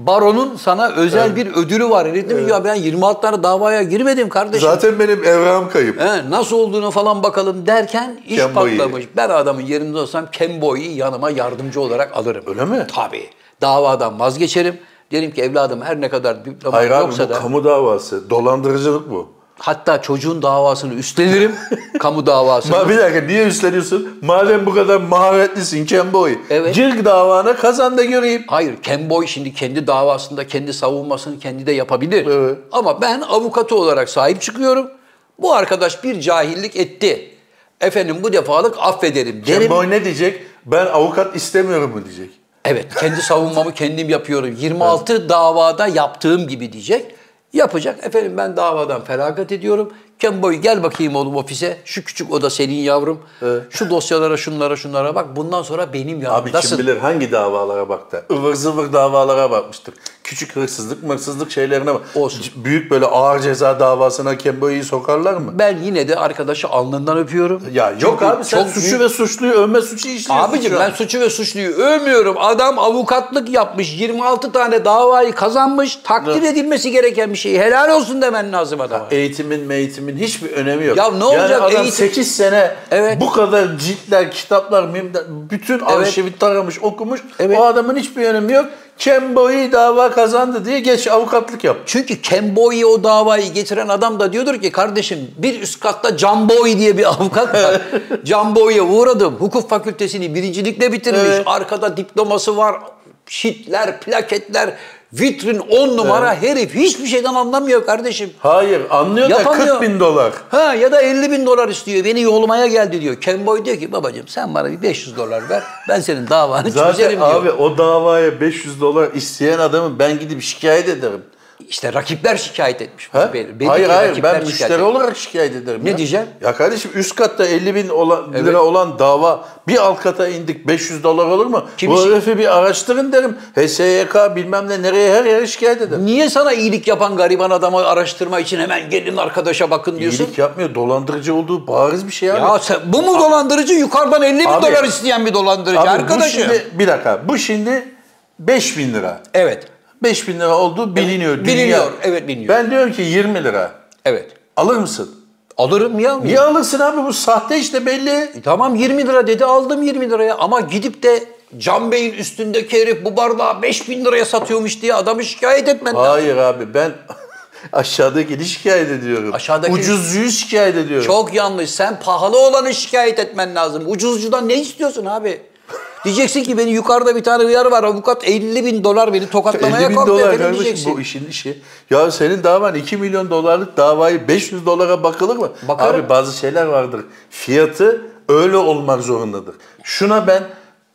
baronun sana özel evet. bir ödülü var. Dedim evet. ya ben yirmi altı tane davaya girmedim kardeşim. Zaten benim evram kayıp. He, nasıl olduğunu falan bakalım derken iş Kembo'yu. patlamış. Ben adamın yerinde olsam Kembo'yu yanıma yardımcı olarak alırım. Öyle mi? Tabii. Davadan vazgeçerim. Derim ki evladım her ne kadar diploma Hayır yoksa abi, bu da... kamu davası. Dolandırıcılık bu. Hatta çocuğun davasını üstlenirim. Kamu davasını. Ma bir dakika niye üstleniyorsun? Madem bu kadar maharetlisin Kemboy. Evet. Gir davana kazan da göreyim. Hayır, Kemboy şimdi kendi davasında kendi savunmasını kendi de yapabilir. Evet. Ama ben avukatı olarak sahip çıkıyorum. Bu arkadaş bir cahillik etti. Efendim bu defalık affederim derim. Kemboy ne diyecek? Ben avukat istemiyorum mu diyecek. Evet, kendi savunmamı kendim yapıyorum. yirmi altı evet. davada yaptığım gibi diyecek. Yapacak. Efendim ben davadan feragat ediyorum. Kemboy gel bakayım oğlum ofise. Şu küçük oda senin yavrum. Evet. Şu dosyalara şunlara şunlara bak. Bundan sonra benim yanımdasın. Abi kim bilir hangi davalara baktı. Ivır zıvır davalara bakmıştır. Küçük hırsızlık mırsızlık şeylerine bak. Olsun. Büyük böyle ağır ceza davasına Kemboy'u sokarlar mı? Ben yine de arkadaşı alnından öpüyorum. Ya yok Çünkü abi sen suçu büyük... ve suçluyu övme suçu işliyorsun. Abicim ben suçu ve suçluyu övmüyorum. Adam avukatlık yapmış. yirmi altı tane davayı kazanmış. Takdir evet. edilmesi gereken bir şey. Helal olsun demen lazım adama. Eğitimin meğitimin hiçbir önemi yok. Ya ne olacak yani adam eğitim... sekiz sene evet. bu kadar ciltler, kitaplar, mimler, bütün evet. arşivi taramış, okumuş. Evet. O adamın hiçbir önemi yok. Kemboy dava kazandı diye geç avukatlık yap. Çünkü Kemboy'u o davayı getiren adam da diyordur ki kardeşim bir üst katta Camboy diye bir avukat var. Camboy'a uğradım. Hukuk fakültesini birincilikle bitirmiş. Evet. Arkada diploması var. Şitler, plaketler, vitrin on numara evet. herif. Hiçbir şeyden anlamıyor kardeşim. Hayır anlıyor Yapamıyor. da kırk bin dolar. Ha ya da elli bin dolar istiyor. Beni yolmaya geldi diyor. Kemboy diyor ki babacığım sen bana bir beş yüz dolar ver. Ben senin davanı Zaten çözerim diyor. Zaten abi o davaya beş yüz dolar isteyen adamı ben gidip şikayet ederim. İşte rakipler şikayet etmiş. Beni, hayır hayır ben müşteri etmiş. olarak şikayet ederim. Ne ya. diyeceğim? Ya kardeşim üst katta elli bin olan, evet. lira olan dava bir alt kata indik beş yüz dolar olur mu? Kim Bu herifi bir araştırın derim. H S Y K bilmem ne nereye her yere şikayet ederim. Niye sana iyilik yapan gariban adamı araştırma için hemen gelin arkadaşa bakın diyorsun? İyilik yapmıyor. Dolandırıcı olduğu bariz bir şey abi. Ya sen, bu mu dolandırıcı? Yukarıdan elli bin abi, dolar isteyen bir dolandırıcı abi, arkadaşım. Bu şimdi, bir dakika bu şimdi beş bin lira. Evet. beş bin lira olduğu biliniyor. Evet, biliniyor, evet biliniyor. Ben diyorum ki yirmi lira. Evet. Alır mısın? Alırım ya. Niye alırsın abi bu sahte işte belli. E, tamam yirmi lira dedi aldım yirmi liraya ama gidip de Can Bey'in üstündeki herif bu bardağı beş bin liraya satıyormuş diye adamı şikayet etmen lazım. Hayır abi ben aşağıdakini şikayet ediyorum. Aşağıdaki... Ucuzcuyu şikayet ediyorum. Çok yanlış. Sen pahalı olanı şikayet etmen lazım. Ucuzcudan ne istiyorsun abi? Diyeceksin ki beni yukarıda bir tane hıyar var avukat elli bin dolar beni tokatlamaya kalktı efendim diyeceksin. Bu işin işi. Ya senin davan iki milyon dolarlık davayı beş yüz dolara bakılır mı? Bakarım. Abi bazı şeyler vardır. Fiyatı öyle olmak zorundadır. Şuna ben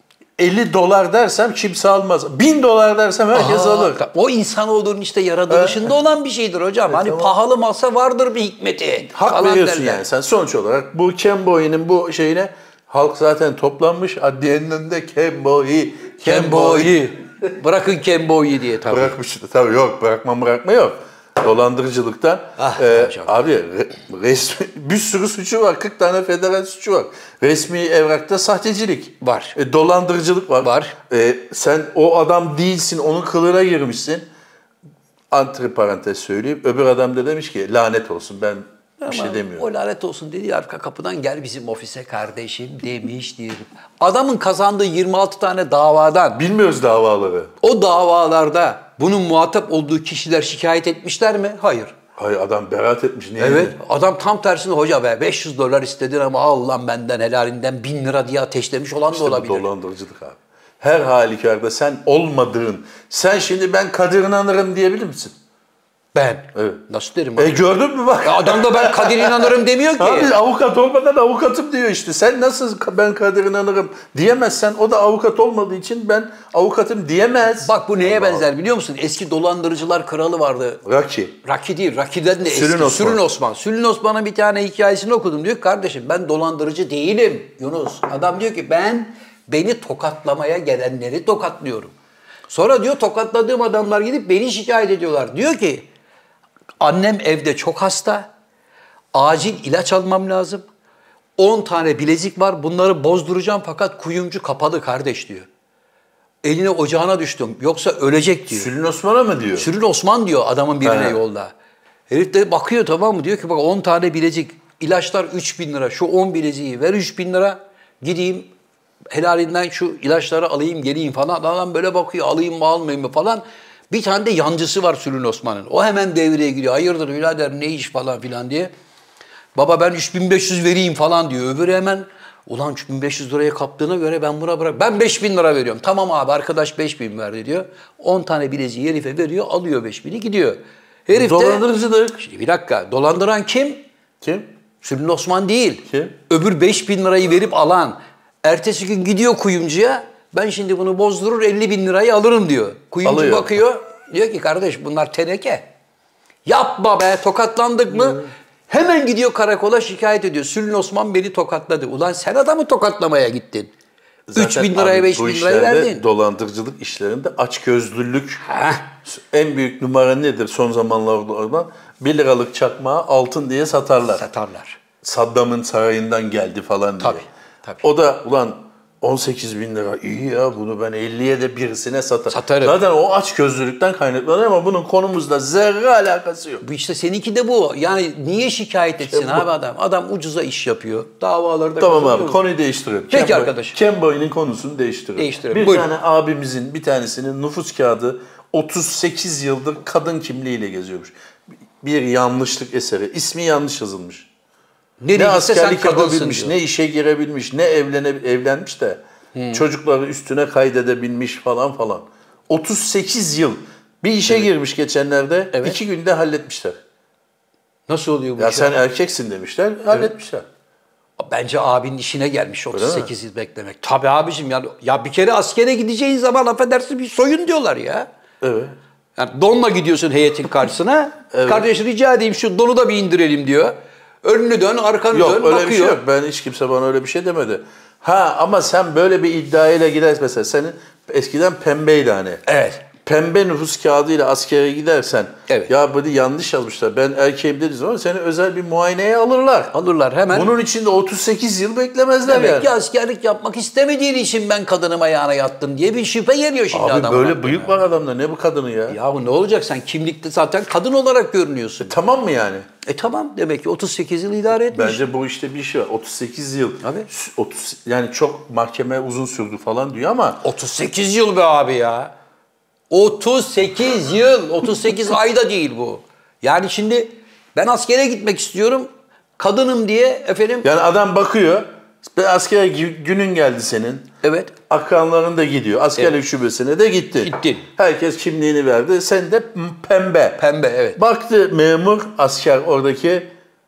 elli dolar dersem kimse almaz. bin dolar dersem herkes Aa, alır. O insanoğlunun işte yaratılışında olan bir şeydir hocam. Evet, hani tamam. Pahalı malsa vardır bir hikmeti. Hak Kalan veriyorsun derler. Yani sen sonuç olarak bu Kemboy'un bu şeyine halk zaten toplanmış adliyenin önünde Kemboy'u, Kemboy'u. Bırakın Kemboy'u diye tabii. Bırakmıştı tabii yok bırakma bırakma yok. Dolandırıcılıktan. Ah, ee, abi resmi, bir sürü suçu var. kırk tane federal suçu var. Resmi evrakta sahtecilik. Var. E, dolandırıcılık var. Var. E, sen o adam değilsin, onun kılığına girmişsin. Antri parantez söyleyeyim. Öbür adam da demiş ki lanet olsun ben Ama bir şey demiyorum. O lanet olsun dediği arka kapıdan gel bizim ofise kardeşim demiş diyelim. Adamın kazandığı yirmi altı tane davadan. Bilmiyoruz davaları. O davalarda bunun muhatap olduğu kişiler şikayet etmişler mi? Hayır. Hayır adam beraat etmiş. Niye evet. Mi? Adam tam tersine hoca be beş yüz dolar istedin ama al lan benden helalinden bin lira diye ateşlemiş olan işte da olabilir. İşte bu dolandırıcılık abi. Her halükarda sen olmadığın, sen şimdi ben Kadir İnanırım diyebilir misin? Ben? Evet. Nasıl derim? E gördün mü bak. Ya adam da ben Kadir İnanırım demiyor ki. Abi avukat olmadan avukatım diyor işte. Sen nasıl ben Kadir İnanırım diyemezsen o da avukat olmadığı için ben avukatım diyemez. Bak bu neye Allah benzer Allah. Biliyor musun? Eski dolandırıcılar kralı vardı. Raki. Raki değil. Raki'den de eski. Sülün Osman. Sülün Osman. Sülün Osman'ın bir tane hikayesini okudum. Diyor kardeşim ben dolandırıcı değilim Yunus. Adam diyor ki ben beni tokatlamaya gelenleri tokatlıyorum. Sonra diyor tokatladığım adamlar gidip beni şikayet ediyorlar. Diyor ki annem evde çok hasta, acil ilaç almam lazım. on tane bilezik var, bunları bozduracağım fakat kuyumcu kapalı kardeş diyor. eline ocağına düştüm. Yoksa ölecek diyor. Sülün Osman'a mı diyor? Sülün Osman diyor adamın birine He. yolda. Herif de bakıyor tamam mı? Diyor ki bak on tane bilezik. İlaçlar üç bin lira. Şu on bileziği ver üç bin lira. Gideyim helalinden şu ilaçları alayım geleyim falan. Adam böyle bakıyor alayım mı almayayım mı falan. Bir tane de yancısı var Sülün Osman'ın. O hemen devreye giriyor. Hayırdır birader ne iş falan filan diye. Baba ben üç bin beş yüz vereyim falan diyor. Öbürü hemen ulan üç bin beş yüz liraya kaptığına göre ben buna bırak. Ben beş bin lira veriyorum. Tamam abi arkadaş beş bin verdi diyor. on tane bileziği herife veriyor. Alıyor beş bini gidiyor. Herif de... Dolandırıcılık. Şimdi bir dakika. Dolandıran kim? Kim? Sülün Osman değil. Kim? Öbür beş bin lirayı verip alan. Ertesi gün gidiyor kuyumcuya. Ben şimdi bunu bozdurur elli bin lirayı alırım diyor. Kuyumcu Alıyor. bakıyor. Diyor ki kardeş bunlar teneke. Yapma be tokatlandık mı? Hmm. Hemen gidiyor karakola şikayet ediyor. Sülün Osman beni tokatladı. Ulan sen adamı tokatlamaya gittin. üç bin liraya beş bin lirayı verdin. Dolandırıcılık işlerinde açgözlülük. Heh. En büyük numara nedir son zamanlarda? bir liralık çakmağı altın diye satarlar. Satarlar. Saddam'ın sarayından geldi falan diye. Tabii, tabii. O da ulan on sekiz bin lira iyi ya bunu ben elliye de birisine satarım. Satarım. Zaten o açgözlülükten kaynaklanıyor ama bunun konumuzla zerre alakası yok. Bu işte seninki de bu. Yani niye şikayet etsin İşte abi adam? Adam ucuza iş yapıyor. Davalarda Tamam kazanıyor. abi konuyu değiştiriyorum. Peki Ken arkadaşım. Ken Boy'un konusunu değiştiriyorum. Değiştirelim. Bir Buyurun. tane abimizin bir tanesinin nüfus kağıdı otuz sekiz yıldır kadın kimliğiyle geziyormuş. Bir yanlışlık eseri. İsmi yanlış yazılmış. Nereye Ne gitse sen askerlik kadınsın yapabilmiş, diyor. ne işe girebilmiş, ne evlene, evlenmiş de hmm. çocukları üstüne kaydedebilmiş falan falan. otuz sekiz yıl bir işe evet. girmiş geçenlerde, evet. iki günde halletmişler. Nasıl oluyor bu Ya iş? sen erkeksin demişler, evet. halletmişler. Bence abinin işine gelmiş otuz sekiz yıl beklemek. Tabii abicim ya, ya bir kere askere gideceğin zaman affedersin bir soyun diyorlar ya. Evet. Yani donla gidiyorsun heyetin karşısına. Evet. Kardeş rica edeyim şu donu da bir indirelim diyor. Önünü dön, arkanı yok, dön, bakıyor. Yok öyle bir şey yok. Ben hiç kimse bana öyle bir şey demedi. Ha ama sen böyle bir iddiayla gidersen mesela senin eskiden pembeydi hani. Evet. Pembe nüfus kağıdıyla askere gidersen evet. ya bunu yanlış yazmışlar. Ben erkeğim dediğin zaman seni özel bir muayeneye alırlar. Alırlar hemen. Bunun için de otuz sekiz yıl beklemezler demek yani. ki askerlik yapmak istemediğin için ben kadınım ayağına yattım diye bir şüphe geliyor şimdi abi adam. Abi böyle bıyık ya. Var adamda ne bu kadını ya? Yahu ne olacak sen kimlikte zaten kadın olarak görünüyorsun. E, tamam mı yani? E tamam demek ki otuz sekiz yıl idare etmiş. Bence bu işte bir şey var. otuz sekiz yıl. Abi. otuz yani çok mahkeme uzun sürdü falan diyor ama. otuz sekiz yıl be abi ya. otuz sekiz yıl. otuz sekiz ayda değil bu. Yani şimdi ben askere gitmek istiyorum. Kadınım diye efendim. Yani adam bakıyor. Askere günün geldi senin. Evet. Akranların da gidiyor. Askerlik evet. şubesine de gitti. Gittin. Herkes kimliğini verdi. Sen de pembe. Pembe evet. Baktı memur asker oradaki.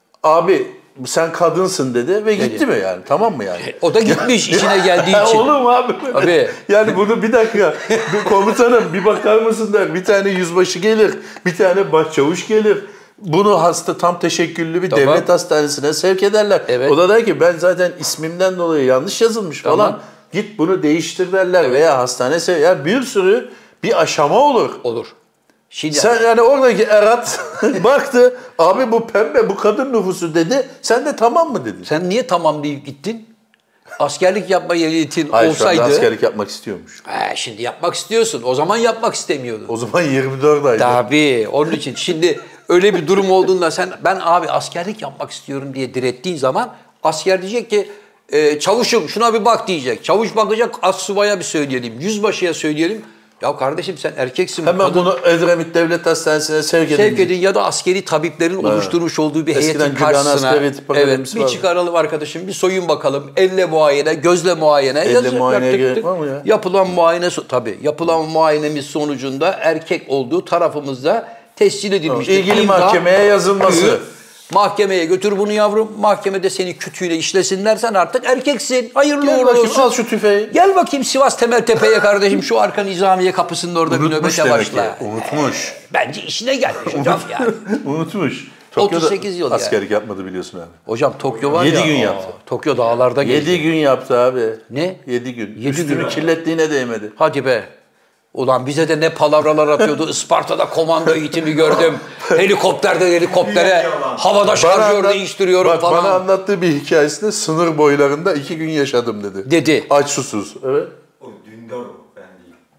Abi sen kadınsın dedi ve gitti mi yani? Tamam mı yani? O da gitmiş işine geldiği için. Olur mu abi? Abi. Yani bunu bir dakika. Komutanım bir bakar mısın der. Bir tane yüzbaşı gelir. Bir tane başçavuş gelir. Bunu hasta tam teşekküllü bir tamam. devlet hastanesine sevk ederler. Evet. O da der ki ben zaten ismimden dolayı yanlış yazılmış tamam. falan. Git bunu değiştir derler evet. veya hastane sev. Yani bir sürü bir aşama olur. Olur. Şimdi sen yani oradaki Erat baktı abi bu pembe bu kadın nüfusu dedi. Sen de tamam mı dedin? Sen niye tamam deyip gittin? Askerlik yapma niyetin Hayır, olsaydı. Hayır askerlik yapmak istiyormuş. He, şimdi yapmak istiyorsun. O zaman yapmak istemiyordun. O zaman yirmi dört aydı. Tabii onun için şimdi öyle bir durum olduğunda sen ben abi askerlik yapmak istiyorum diye direttiğin zaman asker diyecek ki e, çavuşum şuna bir bak diyecek. Çavuş bakacak astsubaya bir söyleyelim. Yüzbaşıya söyleyelim. Ya kardeşim sen erkeksin. Hemen kadın, bunu Edremit Devlet Hastanesi'ne sevk edin. Sevk edin ya da askeri tabiplerin evet. oluşturmuş olduğu bir Eskiden heyetin karşısına. Evet, bir var. çıkaralım arkadaşım, bir soyun bakalım. Elle muayene, gözle muayene. Elle muayeneye gerek var mı ya? Yapılan muayene, tabii yapılan muayenemiz sonucunda erkek olduğu tarafımızda tescil edilmiş. İlgili mahkemeye yazılması. Mahkemeye götür bunu yavrum. Mahkemede seni kütüğüyle işlesinler. Sen artık erkeksin. Hayırlı Gel uğurlu bakayım, olsun. al şu tüfeği. Gel bakayım Sivas Temeltepe'ye kardeşim. Şu arka Nizamiye kapısında orada Unutmuş bir nöbete başla. Ki. Unutmuş. Bence işine gelmiş hocam yani. Unutmuş. otuz sekiz yıl askerlik yani. yapmadı biliyorsun abi. Hocam Tokyo var yedi ya. yedi gün yaptı. Tokyo dağlarda gezdi. yedi gün yaptı abi. Ne? yedi gün. yedi Üstünü gün. kirlettiğine değmedi. Hadi be. Ulan bize de ne palavralar atıyordu. Isparta'da komando eğitimi gördüm. Helikopterden helikoptere havada şarjör değiştiriyorum bak, falan. Bana anlattığı bir hikayesinde sınır boylarında iki gün yaşadım dedi. Dedi. Aç susuz. Evet. O Dündar o, ben değil.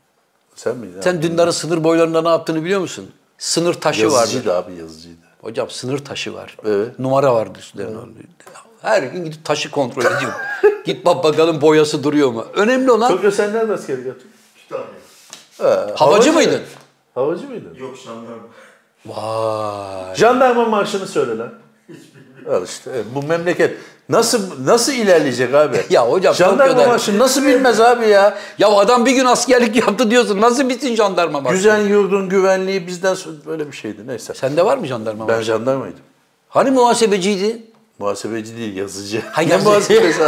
Sen miydin? Sen Dündar'ın sınır boylarında ne yaptığını biliyor musun? Sınır taşı vardı. Yazıcıydı abi, yazıcıydı. Hocam sınır taşı var. Evet. Numara vardı üstlerine. Evet. Her gün gidip taşı kontrol ediyorum. Git bak bakalım boyası duruyor mu? Önemli olan... Tokyo sen nerede askerlik yaptın? Kütahya. Ha, Havacı mıydın? Havacı mıydın? Yok jandarma. Vay. Jandarma marşını söyle lan. Al işte evet, bu memleket nasıl nasıl ilerleyecek abi? Ya hocam jandarma Tokyo'da- marşını nasıl bilmez abi ya? Ya adam bir gün askerlik yaptı diyorsun. Nasıl bitsin jandarma marşı? Güzel yurdun güvenliği bizden sonra böyle bir şeydi neyse. Sende var mı jandarma Ben marşı? jandarmaydım. Hani muhasebeciydi? Muhasebeci değil, yazıcı. Ha, Ne yazıcı. muhasebesi?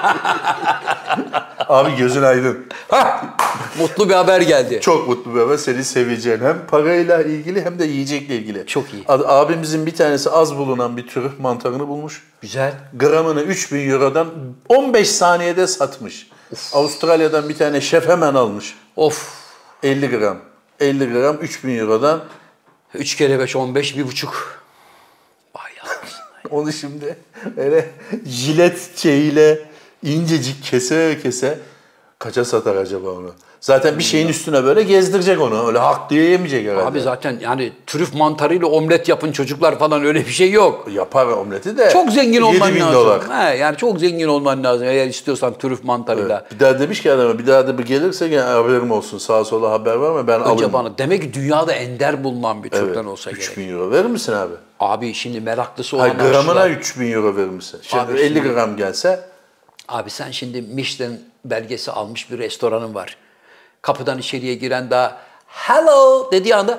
Abi gözün aydın. Hah! Mutlu bir haber geldi. Çok mutlu bir haber. Seni seveceğin hem parayla ilgili hem de yiyecekle ilgili. Çok iyi. Ad- Abimizin bir tanesi az bulunan bir türü mantarını bulmuş. Güzel. Gramını üç bin Euro'dan on beş saniyede satmış. Avustralya'dan bir tane şef hemen almış. Of. elli gram. elli gram üç bin Euro'dan. Üç kere beş, on beş, bir buçuk. Vay yalnız. Onu şimdi öyle jilet şeyiyle incecik kese kese kaça satar acaba onu? Zaten bir şeyin üstüne böyle gezdirecek onu. Öyle hak diye yemeyecek herhalde. Abi zaten yani trüf mantarıyla omlet yapın çocuklar falan öyle bir şey yok. Yapar omleti de. Çok zengin olman yedi bin lazım. dolar. He, yani çok zengin olman lazım eğer istiyorsan trüf mantarıyla. Bir daha demiş ki adama bir daha da bir gelirse gene haberim olsun. Sağa sola haber var mı ben Önce alırım. bana demek ki dünyada ender bulunan bir türden Evet, olsa üç gerek. bin euro verir misin abi? Abi şimdi meraklısı olan Hayır, gramına aşçılar- üç bin euro verir misin? Şimdi Abi elli şimdi- gram gelse Abi sen şimdi Michelin belgesi almış bir restoranın var. Kapıdan içeriye giren daha hello dediği anda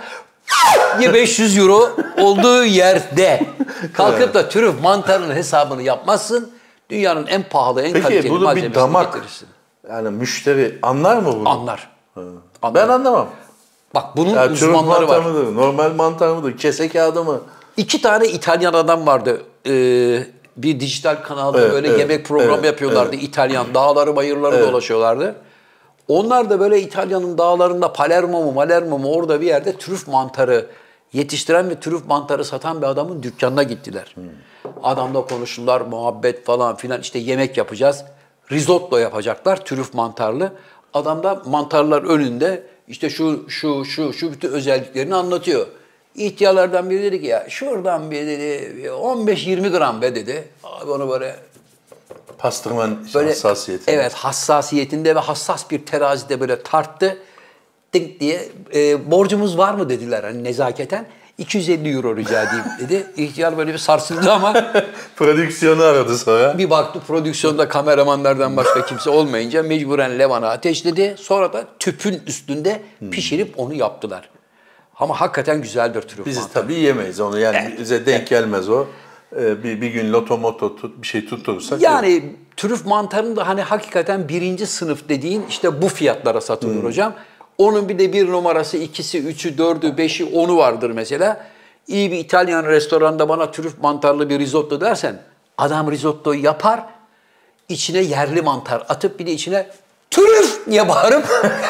diye beş yüz euro olduğu yerde kalkıp da trüf mantarının hesabını yapmazsın. Dünyanın en pahalı, en peki kaliteli bunu bir malzemesini damak getirirsin. yani müşteri anlar mı bunu? Anlar. Anlar. Ben anlamam. Bak bunun Ya trüf uzmanları mantar var. mıdır? Normal mantar mıdır? Kese kağıdı mı? İki tane İtalyan adam vardı. Ee, bir dijital kanalda Evet, böyle evet, yemek programı evet, yapıyorlardı. İtalyan dağları bayırları Evet. dolaşıyorlardı. Onlar da böyle İtalya'nın dağlarında Palermo mu Malermo mu orada bir yerde trüf mantarı yetiştiren ve trüf mantarı satan bir adamın dükkanına gittiler. Adamla konuştular, muhabbet falan filan, işte yemek yapacağız. Risotto yapacaklar trüf mantarlı. Adam da mantarlar önünde işte şu şu şu şu bütün özelliklerini anlatıyor. İhtiyarlardan biri dedi ki ya şuradan bir dedi on beş yirmi gram be dedi. Abi onu böyle Pastırmanın böyle hassasiyeti. evet hassasiyetinde ve hassas bir terazide böyle tarttı. Dink diye e, borcumuz var mı dediler hani nezaketen. iki yüz elli euro rica edeyim dedi. İhtiyar böyle bir sarsıldı ama Prodüksiyonu aradı sonra. bir baktı prodüksiyonda kameramanlardan başka kimse olmayınca mecburen Levan'a ateşledi. Sonra da tüpün üstünde pişirip onu yaptılar. Ama hakikaten güzeldir trüf Biz mantarı. tabii yemeyiz onu yani Evet, bize denk gelmez o. Ee, bir, bir gün loto moto tut, bir şey tutturursak. Yani trüf mantarının da hani hakikaten birinci sınıf dediğin işte bu fiyatlara satılır hocam. Onun bir de bir numarası, ikisi, üçü, dördü, beşi, onu vardır mesela. İyi bir İtalyan restoranda bana trüf mantarlı bir risotto dersen, adam risottoyu yapar, içine yerli mantar atıp bir de içine trüf diye bağırıp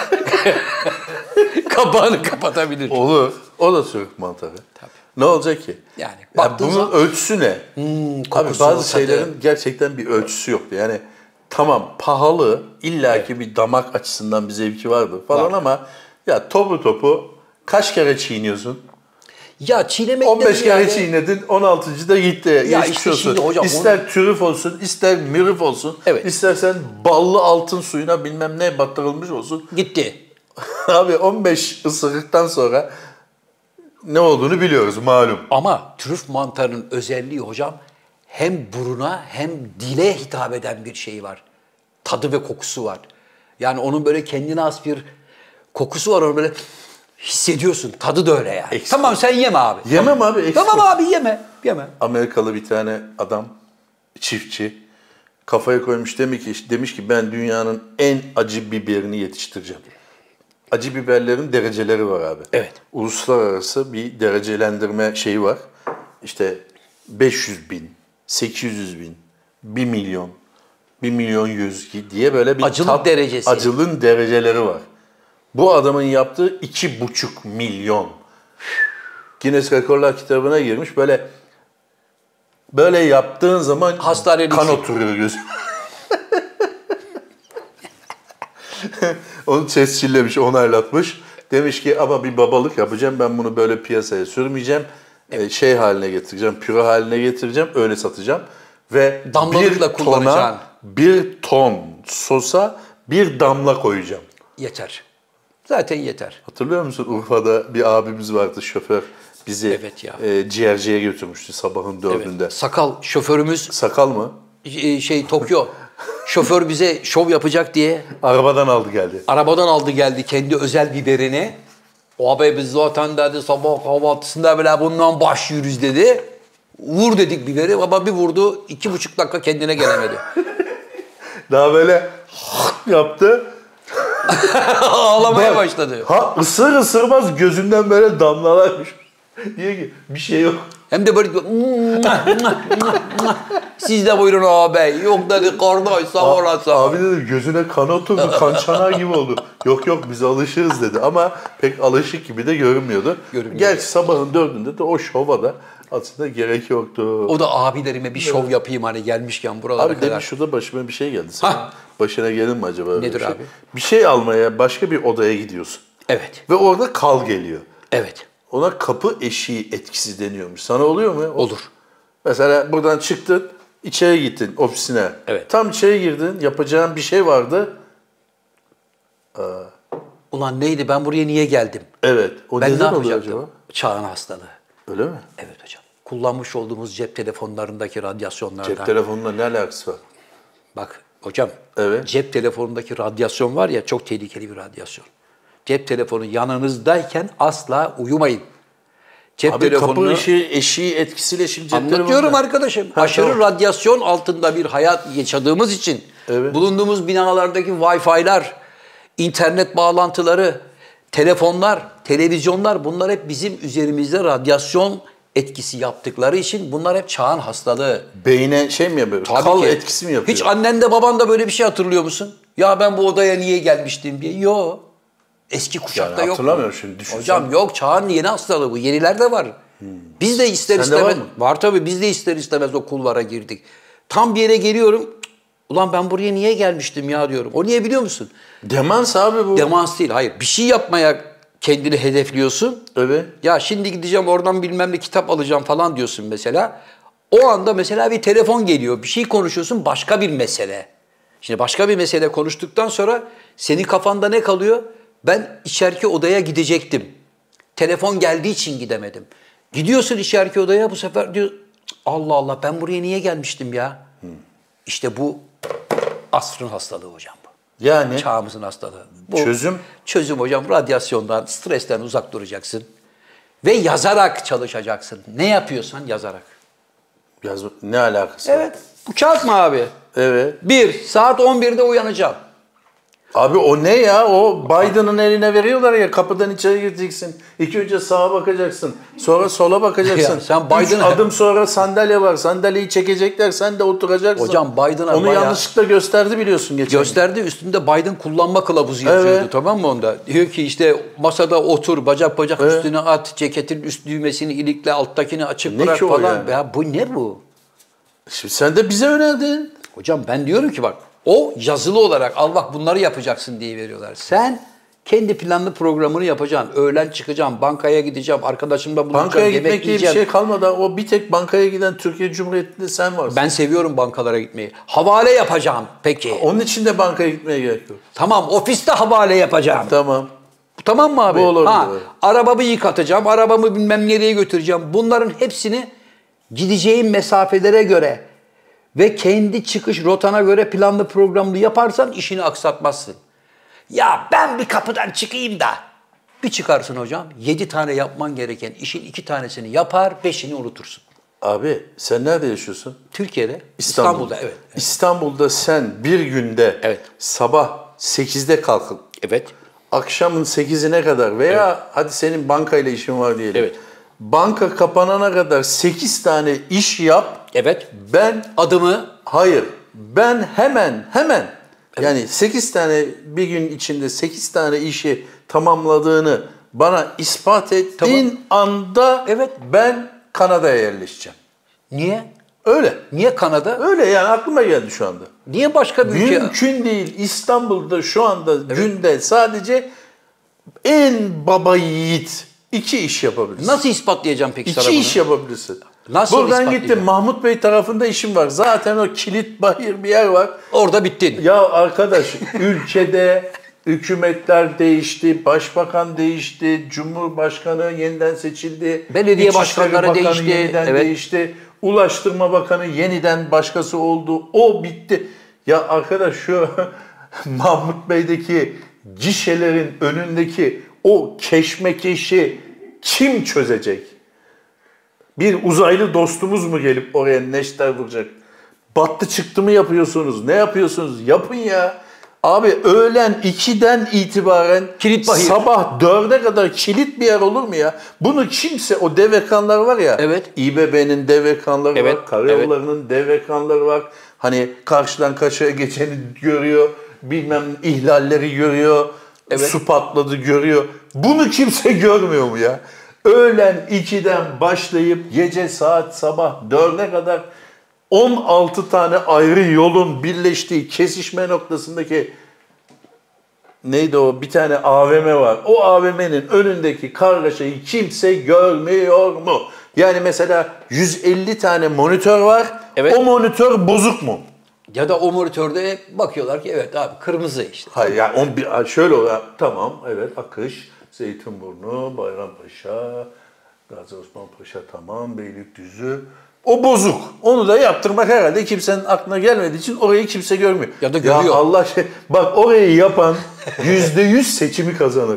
kapağını kapatabilir. Olur. O da Türk mantarı. Tabii. Ne olacak ki? Yani Yani baktığın bunun zaman- ölçüsü ne? Abi kokusu, bazı tadı. şeylerin gerçekten bir ölçüsü yoktu. Yani tamam pahalı, illaki bir damak açısından bir zevki vardır falan Var. ama ya topu topu kaç kere çiğniyorsun? Ya çiğnemekten on beş kere ziyade- çiğnedin, on altıncı da gitti. Ya Geçmiş işte olsun. şimdi hocam İster trüf olsun, ister mürüf olsun, Evet. istersen ballı altın suyuna bilmem ne batırılmış olsun. Gitti. Abi on beş ısırıktan sonra ne olduğunu biliyoruz malum. Ama trüf mantarının özelliği hocam hem buruna hem dile hitap eden bir şey var. Tadı ve kokusu var. Yani onun böyle kendine has bir kokusu var, onu böyle hissediyorsun. Tadı da öyle yani. Eksik. Tamam sen yeme abi. Yemem tamam. abi, eksik Tamam olsun. abi yeme. Yeme. Amerikalı bir tane adam, çiftçi, kafaya koymuş demiş ki, demiş ki ben dünyanın en acı biberini yetiştireceğim. Acı biberlerin dereceleri var abi. Evet. Uluslararası bir derecelendirme şeyi var. İşte beş yüz bin, sekiz yüz bin, bir milyon, bir milyon yüz diye böyle bir Acılık derecesi. acılığın dereceleri var. Bu adamın yaptığı iki buçuk milyon. Guinness Rekorlar kitabına girmiş. Böyle böyle yaptığın zaman Hastanelik. kan oturuyor gözüne. Onu tescillemiş, onaylatmış. Demiş ki ama bir babalık yapacağım. Ben bunu böyle piyasaya sürmeyeceğim. Evet. Şey haline getireceğim. Püre haline getireceğim. Öyle satacağım. Ve Damlalıkla bir tona, kullanacaksın. bir ton sosa bir damla koyacağım. Yeter. Zaten yeter. Hatırlıyor musun? Urfa'da bir abimiz vardı, şoför. Bizi Evet ya. e, ciğerciye götürmüştü sabahın dördünde. Evet. Sakal şoförümüz Sakal mı? e, şey Tokyo. Şoför bize şov yapacak diye Arabadan aldı geldi. arabadan aldı geldi kendi özel biberini. O abi biz zaten dedi sabah kahvaltısında bile bundan başlıyoruz dedi. Vur dedik biberi ama bir vurdu iki buçuk dakika kendine gelemedi. Daha böyle yaptı. Ağlamaya Bak, başladı. Ha ısır ısırmaz gözünden böyle damlalarmış. Diye ki bir şey yok. Hem de böyle siz de buyurun abi. Yok dedi kardeş sağ olasın. Abi dedi gözüne kan oturdu, kan çanağı gibi oldu. Yok yok biz alışırız dedi ama pek alışık gibi de görünmüyordu. Görünmüyor. Gerçi sabahın dördünde de o şova da aslında gerek yoktu. O da abilerime bir şov yapayım hani gelmişken buralara Abi kadar. demin şurada başıma bir şey geldi. Senin Ha. başına gelir mi acaba? öyle Nedir bir şey? abi? Bir şey almaya başka bir odaya gidiyorsun. Evet. Ve orada kal geliyor. Evet. Ona kapı eşiği etkisi deniyormuş. Sana oluyor mu? Olur. Mesela buradan çıktın, içeri gittin ofisine. Evet. Tam içeri girdin, yapacağın bir şey vardı. Ulan neydi ben buraya niye geldim? Evet. O Ben ne neden oluyor yapacaktım? acaba? Çağın hastalığı. Öyle mi? Evet hocam. Kullanmış olduğumuz cep telefonlarındaki radyasyonlardan. Cep telefonuyla ne alakası var? Bak hocam Evet. cep telefonundaki radyasyon var ya çok tehlikeli bir radyasyon. Cep telefonu yanınızdayken asla uyumayın. Cep Abi telefonunu kapı eşiği, eşiği etkisiyle şimdi cep anlatıyorum telefonuyla- arkadaşım. Ha, Aşırı tamam. radyasyon altında bir hayat yaşadığımız için Evet. bulunduğumuz binalardaki Wi-Fi'ler, internet bağlantıları, telefonlar, televizyonlar bunlar hep bizim üzerimizde radyasyon etkisi yaptıkları için bunlar hep çağın hastalığı. Beyne şey mi yapıyor? Tabii Kal ki. etkisi mi yapıyor? Hiç annen de baban da böyle bir şey hatırlıyor musun? Ya ben bu odaya niye gelmiştim diye. Yok. Eski kuşakta Yani yok. hatırlamıyorum şimdi, düşünsene. Hocam yok çağın yeni hastalığı bu. Yeniler de var. Biz de ister Sende istemez. var mı? Var tabii biz de ister istemez o kulvara girdik. Tam bir yere geliyorum. Ulan ben buraya niye gelmiştim ya diyorum. O niye biliyor musun? Demans abi bu. Demans değil. Hayır. Bir şey yapmaya kendini hedefliyorsun. Evet. Ya şimdi gideceğim oradan bilmem ne kitap alacağım falan diyorsun mesela. O anda mesela bir telefon geliyor. Bir şey konuşuyorsun başka bir mesele. Şimdi başka bir mesele konuştuktan sonra senin kafanda ne kalıyor? Ben içeriki odaya gidecektim. Telefon geldiği için gidemedim. Gidiyorsun içeriki odaya bu sefer diyor Allah Allah ben buraya niye gelmiştim ya? Hmm. İşte bu asrın hastalığı hocam bu. Yani Çağımızın hastalığı. Bu çözüm? Çözüm hocam radyasyondan, stresten uzak duracaksın. Ve yazarak çalışacaksın. Ne yapıyorsan yazarak. Yaz, ne alakası var? Evet. Bu kağıt mı abi? Evet. Bir, saat on birde uyanacağım. Abi o ne ya? O Biden'ın eline veriyorlar ya, kapıdan içeri gireceksin. İlk önce sağa bakacaksın. Sonra sola bakacaksın. Ya sen Üç Biden'a- adım sonra sandalye var. Sandalyeyi çekecekler. Sen de oturacaksın. Hocam Biden'a Onu bayağı- yanlışlıkla gösterdi biliyorsun geçen gün. Gösterdi üstünde Biden kullanma kılavuzu yazıyordu Evet. tamam mı onda? Diyor ki işte masada otur, bacak bacak Evet. üstüne at, ceketin üst düğmesini ilikle, alttakini açık Ne bırak ki o falan. yani? Ya bu ne bu? Şimdi sen de bize önerdin. Hocam ben diyorum ki bak o yazılı olarak al bak bunları yapacaksın diye veriyorlar. Sen kendi planlı programını yapacaksın. Öğlen çıkacağım, bankaya gideceğim, arkadaşımla buluşacağım, Bankaya yemek gitmek diye bir yiyeceğim. şey kalmadı. O bir tek bankaya giden Türkiye Cumhuriyeti'nde sen varsın. Ben seviyorum bankalara gitmeyi. Havale yapacağım peki. Onun için de bankaya gitmeye gerek yok. Tamam ofiste havale yapacağım. Tamam. Tamam mı abi? Bu olabilir, Ha, evet. arabamı yıkatacağım, arabamı bilmem nereye götüreceğim. Bunların hepsini gideceğin mesafelere göre ve kendi çıkış rotana göre planlı programlı yaparsan işini aksatmazsın. Ya ben bir kapıdan çıkayım da. Bir çıkarsın hocam, yedi tane yapman gereken işin iki tanesini yapar, beşini unutursun. Abi sen nerede yaşıyorsun? Türkiye'de, İstanbul. İstanbul'da evet. İstanbul'da sen bir günde Evet. sabah sekizde kalkıp Evet. akşamın sekizine kadar veya hadi senin bankayla işin var diyelim. Evet. Banka kapanana kadar sekiz tane iş yap. Evet. Ben Adımı hayır. Ben hemen hemen yani sekiz tane bir gün içinde sekiz tane işi tamamladığını bana ispat ettiğin anda Evet. ben Kanada'ya yerleşeceğim. niye? Öyle. Niye Kanada? Öyle yani aklıma geldi şu anda. Niye başka bir ülke? Mümkün değil. İstanbul'da şu anda günde sadece en baba yiğit iki iş yapabilirsin. Nasıl ispatlayacağım peki sana İki bunu? iş yapabilirsin. Nasıl Buradan ispatlayacağım? gittim Mahmut Bey tarafında işim var. Zaten o kilit bahir bir yer var. Orada bittin. Ya arkadaş ülkede hükümetler değişti, başbakan değişti, cumhurbaşkanı yeniden seçildi. Belediye İçişleri başkanları Bakanı değişti, yeniden evet. değişti. Ulaştırma Bakanı yeniden başkası oldu. O bitti. Ya arkadaş şu Mahmut Bey'deki gişelerin önündeki o keşmekeşi kim çözecek? Bir uzaylı dostumuz mu gelip oraya neşter vuracak? Battı çıktı mı yapıyorsunuz? Ne yapıyorsunuz? Yapın ya. Abi öğlen ikiden itibaren Kilit bahir. sabah dörde kadar kilit bir yer olur mu ya? Bunu kimse, o dev ekranlar var ya. Evet. İBB'nin dev ekranları Evet, var. Karayollarının dev ekranları var. Hani karşıdan karşıya geçeni görüyor. Bilmem ihlalleri görüyor. Evet. Su patladı görüyor. Bunu kimse görmüyor mu ya? Öğlen ikiden başlayıp gece saat sabah dörde kadar on altı tane ayrı yolun birleştiği kesişme noktasındaki neydi o? Bir tane A V M var. O A V M'nin önündeki kargaşayı kimse görmüyor mu? Yani mesela yüz elli tane monitör var. Evet. O monitör bozuk mu? Ya da o monitörde bakıyorlar ki evet abi kırmızı işte. Hayır yani on bir, şöyle oluyor. Tamam evet akış, Zeytinburnu, Bayrampaşa, Gazi Osman Paşa tamam, Beylikdüzü. O bozuk. Onu da yaptırmak herhalde kimsenin aklına gelmediği için orayı kimse görmüyor. Ya da görüyor. Ya Allah şey, bak orayı yapan yüzde yüz seçimi kazanır.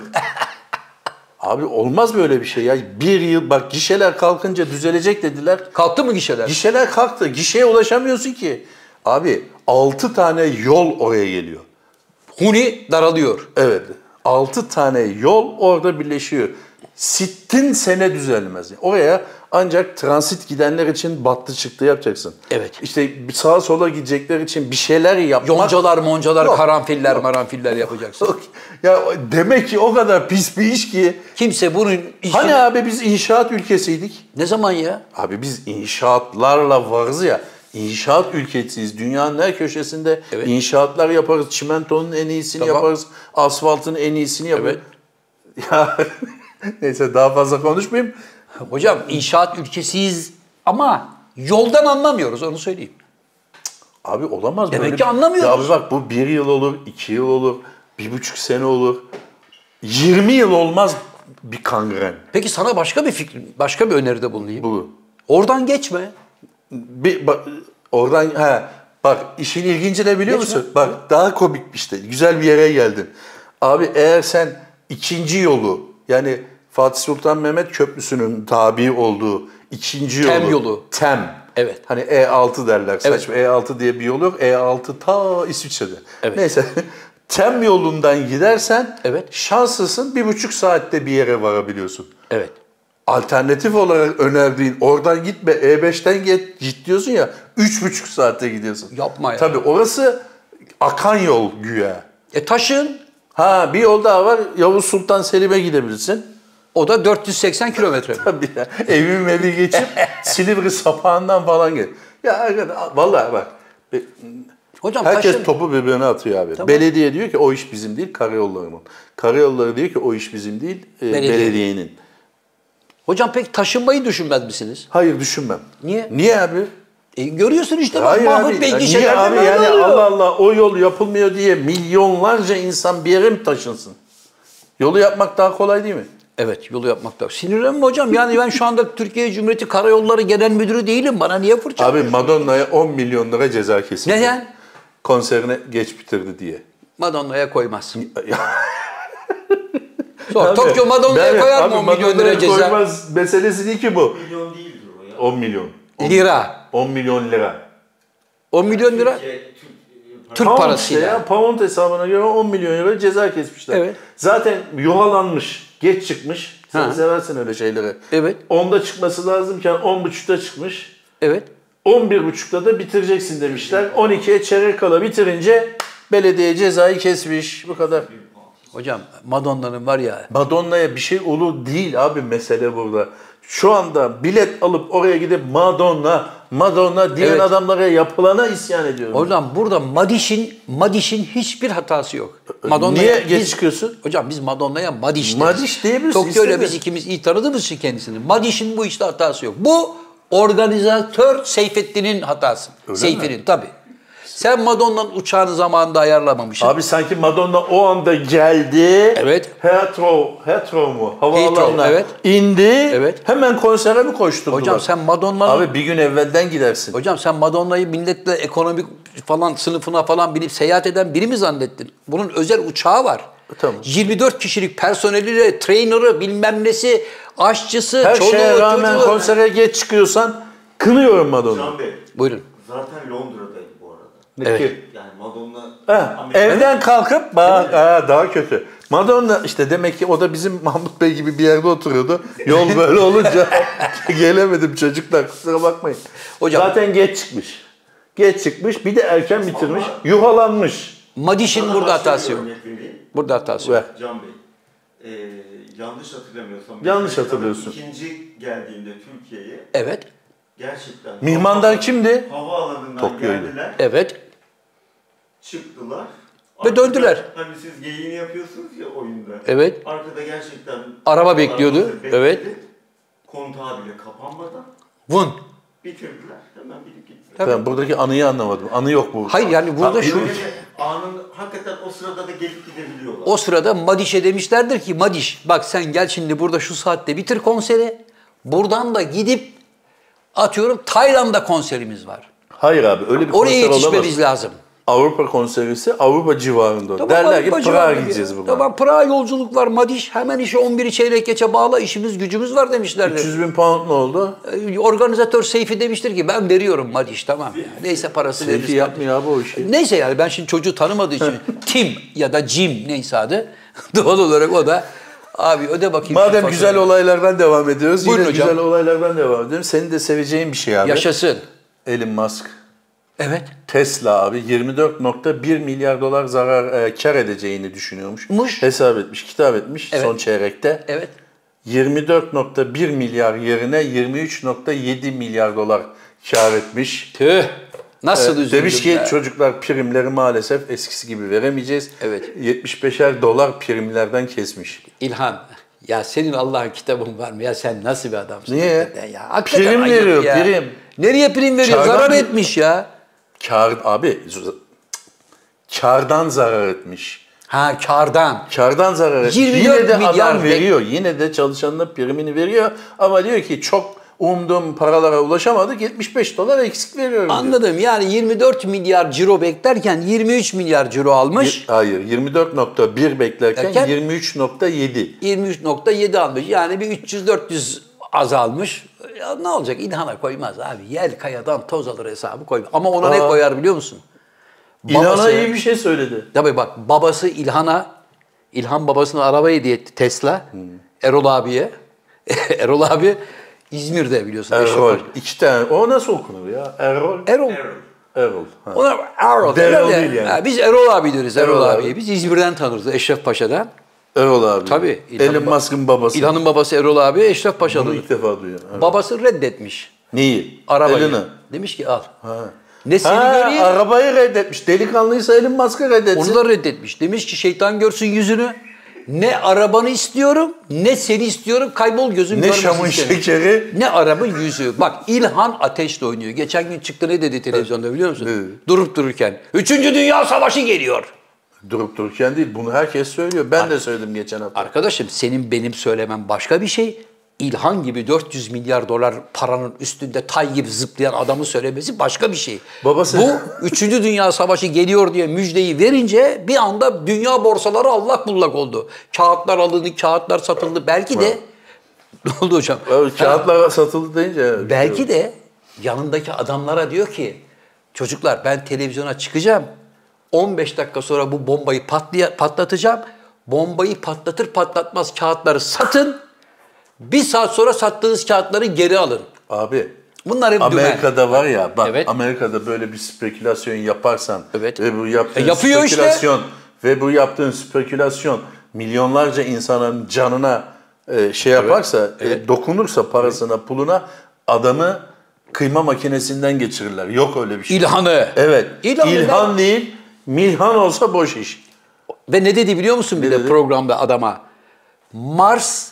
Abi olmaz böyle bir şey ya. Bir yıl bak gişeler kalkınca düzelecek dediler. Kalktı mı gişeler? Gişeler kalktı. Gişeye ulaşamıyorsun ki. Abi altı tane yol oraya geliyor. Huni daralıyor. Evet. Altı tane yol orada birleşiyor. Sittin sene düzelmez. Oraya ancak transit gidenler için battı çıktı yapacaksın. Evet. İşte sağa sola gidecekler için bir şeyler yapmak. Yoncalar, moncalar, Yok, karanfiller, yok. maranfiller yapacaksın. Ya demek ki o kadar pis bir iş ki. Kimse bunun işini... Hani abi biz inşaat ülkesiydik. Ne zaman ya? Abi biz inşaatlarla varız ya. İnşaat ülkesiyiz. Dünyanın her köşesinde Evet. inşaatlar yaparız. Çimentonun en iyisini Tamam. yaparız. Asfaltın en iyisini yaparız. Evet. Ya neyse daha fazla konuşmayayım. Hocam inşaat ülkesiyiz ama yoldan anlamıyoruz onu söyleyeyim. Abi olamaz Demek böyle. ki anlamıyoruz. Ya abi bak bu bir yıl olur, iki yıl olur, bir buçuk sene olur. Yirmi yıl olmaz bir kangren. Peki sana başka bir fikrim, başka bir öneride bulunayım. Bu. Oradan geçme. Bir, bak, oradan ha bak işin ilginci ne biliyor Geçme. musun? Bak daha komik işte. Güzel bir yere geldin. Abi eğer sen ikinci yolu yani Fatih Sultan Mehmet Köprüsü'nün tabi olduğu ikinci yolu. Tem yolu. Tem. Evet. Hani E altı derler. Evet. Saçma E altı diye bir yol yok. E altı ta İsviçre'de. Evet. Neyse. Tem yolundan gidersen Evet. şanslısın bir buçuk saatte bir yere varabiliyorsun. Evet. Alternatif olarak önerdiğin oradan gitme E beşten git, git diyorsun ya üç buçuk saatte gidiyorsun. Yapma ya. Tabii orası akan yol güya. E taşın. Ha bir yol daha var Yavuz Sultan Selim'e gidebilirsin. O da dört yüz seksen kilometre. Tabii ya evim evi geçip Silivri sapağından falan gel. Ya arkadaş vallahi bak be- Hocam herkes taşın. topu birbirine atıyor abi. Tamam. Belediye diyor ki o iş bizim değil karayollarının. Karayolları diyor ki o iş bizim değil e, Belediye. belediyenin. Hocam peki taşınmayı düşünmez misiniz? Hayır düşünmem. Niye? Niye abi? E, görüyorsun işte bak Hayır Mahmut abi. Bey ya niye gişelerde abi böyle yani oluyor. Allah Allah o yol yapılmıyor diye milyonlarca insan bir yere mi taşınsın? Yolu yapmak daha kolay değil mi? Evet yolu yapmak da. Sinirlenme hocam yani ben şu anda Türkiye Cumhuriyeti Karayolları Genel Müdürü değilim. Bana niye fırça? Abi Madonna'ya on milyon lira ceza kesildi. Neden? Konserini geç bitirdi diye. Madonna'ya koymaz. Ya, Sor, abi, Tokyo Madonna'ya ben- koyar abi mı on milyon Madonna'ya lira ceza? koymaz meselesi değil ki bu. Milyon değildir o ya. on milyon. Lira. on milyon lira. on milyon lira Türkiye, Türk, Türk Pound parasıyla. işte ya, pound hesabına göre on milyon lira ceza kesmişler. Evet. Zaten yuhalanmış, geç çıkmış. Sen Ha. seversin öyle şeyleri. Evet. onda çıkması lazımken on buçukta çıkmış. Evet. on bir buçukta da bitireceksin demişler. on ikiye çeyrek kala bitirince belediye cezayı kesmiş. Bu kadar. Hocam Madonna'nın var ya. Madonna'ya bir şey olur değil abi mesele burada. şu anda bilet alıp oraya gidip Madonna, Madonna diyen Evet. adamlara yapılana isyan ediyorum. Hocam burada Madiş'in Madiş'in hiçbir hatası yok. Madonna'ya Niye geç biz- çıkıyorsun? Hocam biz Madonna'ya Madiş deriz. Madiş diyebiliriz, Tokyo'yla istedi. biz ikimiz iyi tanıdığımız için kendisini. Madiş'in bu işte hatası yok. Bu organizatör Seyfettin'in hatası. Seyfi'nin tabii. Sen Madonna'nın uçağını zamanında ayarlamamışsın. Abi sanki Madonna o anda geldi. Evet. Heathrow, Heathrow mu? Havaalanına evet. indi. Evet. Hemen konsere mi koşturdular? Hocam sen Madonna'nın... Abi bir gün evvelden gidersin. Hocam sen Madonna'yı milletle ekonomik falan sınıfına falan binip seyahat eden biri mi zannettin? Bunun özel uçağı var. Tamam. yirmi dört kişilik personeliyle, trainer'ı, bilmem nesi, aşçısı, Her çoluğu, şeye rağmen çocuğu. konsere geç çıkıyorsan kınıyorum Madonna. Can Bey, Buyurun. zaten Londra'daydı bu arada. Evet. Peki. Yani Madonna... Ha, Amerika- evden kalkıp bak ha, daha kötü. Madonna işte demek ki o da bizim Mahmut Bey gibi bir yerde oturuyordu. Yol böyle olunca gelemedim çocuklar, kusura bakmayın. Hocam- Zaten geç çıkmış. Geç çıkmış bir de erken bitirmiş. Ama- Yuhalanmış. Madiş'in Sana burada başka bir hatası yok. örnek vereyim. Burada hatası yok. Ver. Can Bey, ee, yanlış hatırlamıyorsam... Yanlış hatırlıyorsun. İkinci geldiğinde Türkiye'ye Evet. gerçekten... Mihmandar kimdi? Havaalanından Tokyo'ydu. geldiler, Evet. çıktılar. Ve döndüler. Hani siz geyiğini yapıyorsunuz ya oyunda. Evet. Arkada gerçekten... Araba bekliyordu. bekledi. Evet. Kontağı bile kapanmadan Vın. bitirdiler. Hemen bilip gittiler. Tabii. Ben buradaki anıyı anlamadım. Anı yok bu. Hayır yani burada şu... Böyle bir anın hakikaten o sırada da gelip gidebiliyorlar. O sırada Madiş'e demişlerdir ki Madiş bak sen gel şimdi burada şu saatte bitir konseri. Buradan da gidip atıyorum Tayland'da konserimiz var. Hayır abi öyle bir Oraya konser olamaz. yetişmemiz lazım. Avrupa konserisi Avrupa civarında. Tamam, Derler ki Avrupa Prag'a civarında gideceğiz bir- buradan. Tamam Prag'a yolculuk var Madiş. Hemen işi on biri çeyrek geçe bağla işimiz gücümüz var demişlerdi. üç yüz bin pound ne oldu? Ee, Organizatör Seyfi demiştir ki ben veriyorum Madiş tamam ya. Neyse parası veririz. Seyfi yapmıyor abi o işi. Neyse yani ben şimdi çocuğu tanımadığı için Tim ya da Jim neyse adı doğal olarak o da abi öde bakayım. şu Madem faturayı. güzel olaylardan devam ediyoruz. Buyurun yine hocam. güzel olaylardan devam edelim. Senin de seveceğin bir şey abi. Yaşasın. Elon Musk. Evet. Tesla abi yirmi dört nokta bir milyar dolar zarar e, kar edeceğini düşünüyormuş. Muş. Hesap etmiş, kitap etmiş Evet. son çeyrekte. Evet. yirmi dört nokta bir milyar yerine yirmi üç nokta yedi milyar dolar kar etmiş. Tüh. Nasıl Ee, üzüldüm demiş ki be. çocuklar primleri maalesef eskisi gibi veremeyeceğiz. Evet. yetmiş beşer dolar primlerden kesmiş. İlhan, ya senin Allah'ın kitabın var mı? Ya sen nasıl bir adamsın? Niye? hakikaten Ya. Hakikaten Prim ayıp veriyor, ya. prim. Nereye prim veriyor? Kardan Zarar bir- etmiş ya. Kar abi kardan zarar etmiş. Ha kardan. Kardan zarar etmiş. yirmi Yine dört de milyar adam bek- veriyor. Yine de çalışanına primini veriyor. Ama diyor ki çok umduğum paralara ulaşamadık. yetmiş beş dolar eksik veriyorum diyor. Anladım. Yani yirmi dört milyar ciro beklerken yirmi üç milyar ciro almış. Hayır yirmi dört nokta bir beklerken Derken? yirmi üç nokta yedi. yirmi üç nokta yedi almış. Yani bir üç yüz dört yüz azalmış. Ya ne olacak? İlhan'a koymaz abi. Yel kayadan toz alır hesabı koymaz. Ama ona ne Aa. koyar biliyor musun? İlhan'a Babası- iyi bir şey söyledi. Tabii bak babası İlhan'a, İlhan babasına araba hediye etti Tesla. Erol abiye. Erol abi İzmir'de biliyorsun. Errol. Eşref- İki tane. O nasıl okunur ya? Errol. Erol. Errol. Errol. Ha. Ona Erol. Derol derler ya. değil yani. Ha, biz Erol abi diyoruz Erol, Erol abi. abiye. Biz İzmir'den tanırız Eşref Paşa'dan. Errol abi. Tabii, İlhan'ın Elon ba- Musk'ın babası. İlhan'ın babası Erol abi Eşref Bunu Paşa'lı. ilk defa duyuyorum. Evet. Babası reddetmiş Neyi? arabayı. Elon'u. Demiş ki al. Ha. Ne seni Ha, göreyim. arabayı reddetmiş. Delikanlıysa Elon Musk'ı reddetsin. Onu da reddetmiş. Demiş ki şeytan görsün yüzünü. Ne arabanı istiyorum, ne seni istiyorum. Kaybol gözüm Ne görmesin Şam'ın seni. şekeri. Ne araba yüzü. Bak İlhan ateşle oynuyor. Geçen gün çıktı ne dedi televizyonda biliyor musun? Evet. Durup dururken. Üçüncü Dünya Savaşı geliyor. Durup dururken değil. Bunu herkes söylüyor. Ben de söyledim geçen hafta. Arkadaşım senin benim söylemem başka bir şey. İlhan gibi dört yüz milyar dolar paranın üstünde tay gibi zıplayan adamı söylemesi başka bir şey. Babası- Bu üçüncü Dünya Savaşı geliyor diye müjdeyi verince bir anda dünya borsaları allak bullak oldu. Kağıtlar alındı, kağıtlar satıldı. Belki de ne oldu hocam? Abi, kağıtlar satıldı deyince. Belki de yanındaki adamlara diyor ki çocuklar ben televizyona çıkacağım. on beş dakika sonra bu bombayı patlaya- patlatacağım. Bombayı patlatır patlatmaz kağıtları satın. Bir saat sonra sattığınız kağıtları geri alın. Abi. Bunlar hep dümen. Amerika'da var ya bak Evet. Amerika'da böyle bir spekülasyon yaparsan Evet. ve bu yaptığın E, yapıyor işte. spekülasyon ve bu yaptığın spekülasyon milyonlarca insanın canına e, şey yaparsa, evet. E, dokunursa parasına, puluna adamı kıyma makinesinden geçirirler. Yok öyle bir şey. İlhan'ı. Evet. İlhan, İlhan değil, Milhan olsa boş iş. Ve ne dedi biliyor musun bir Ne de dedi? programda adama? Mars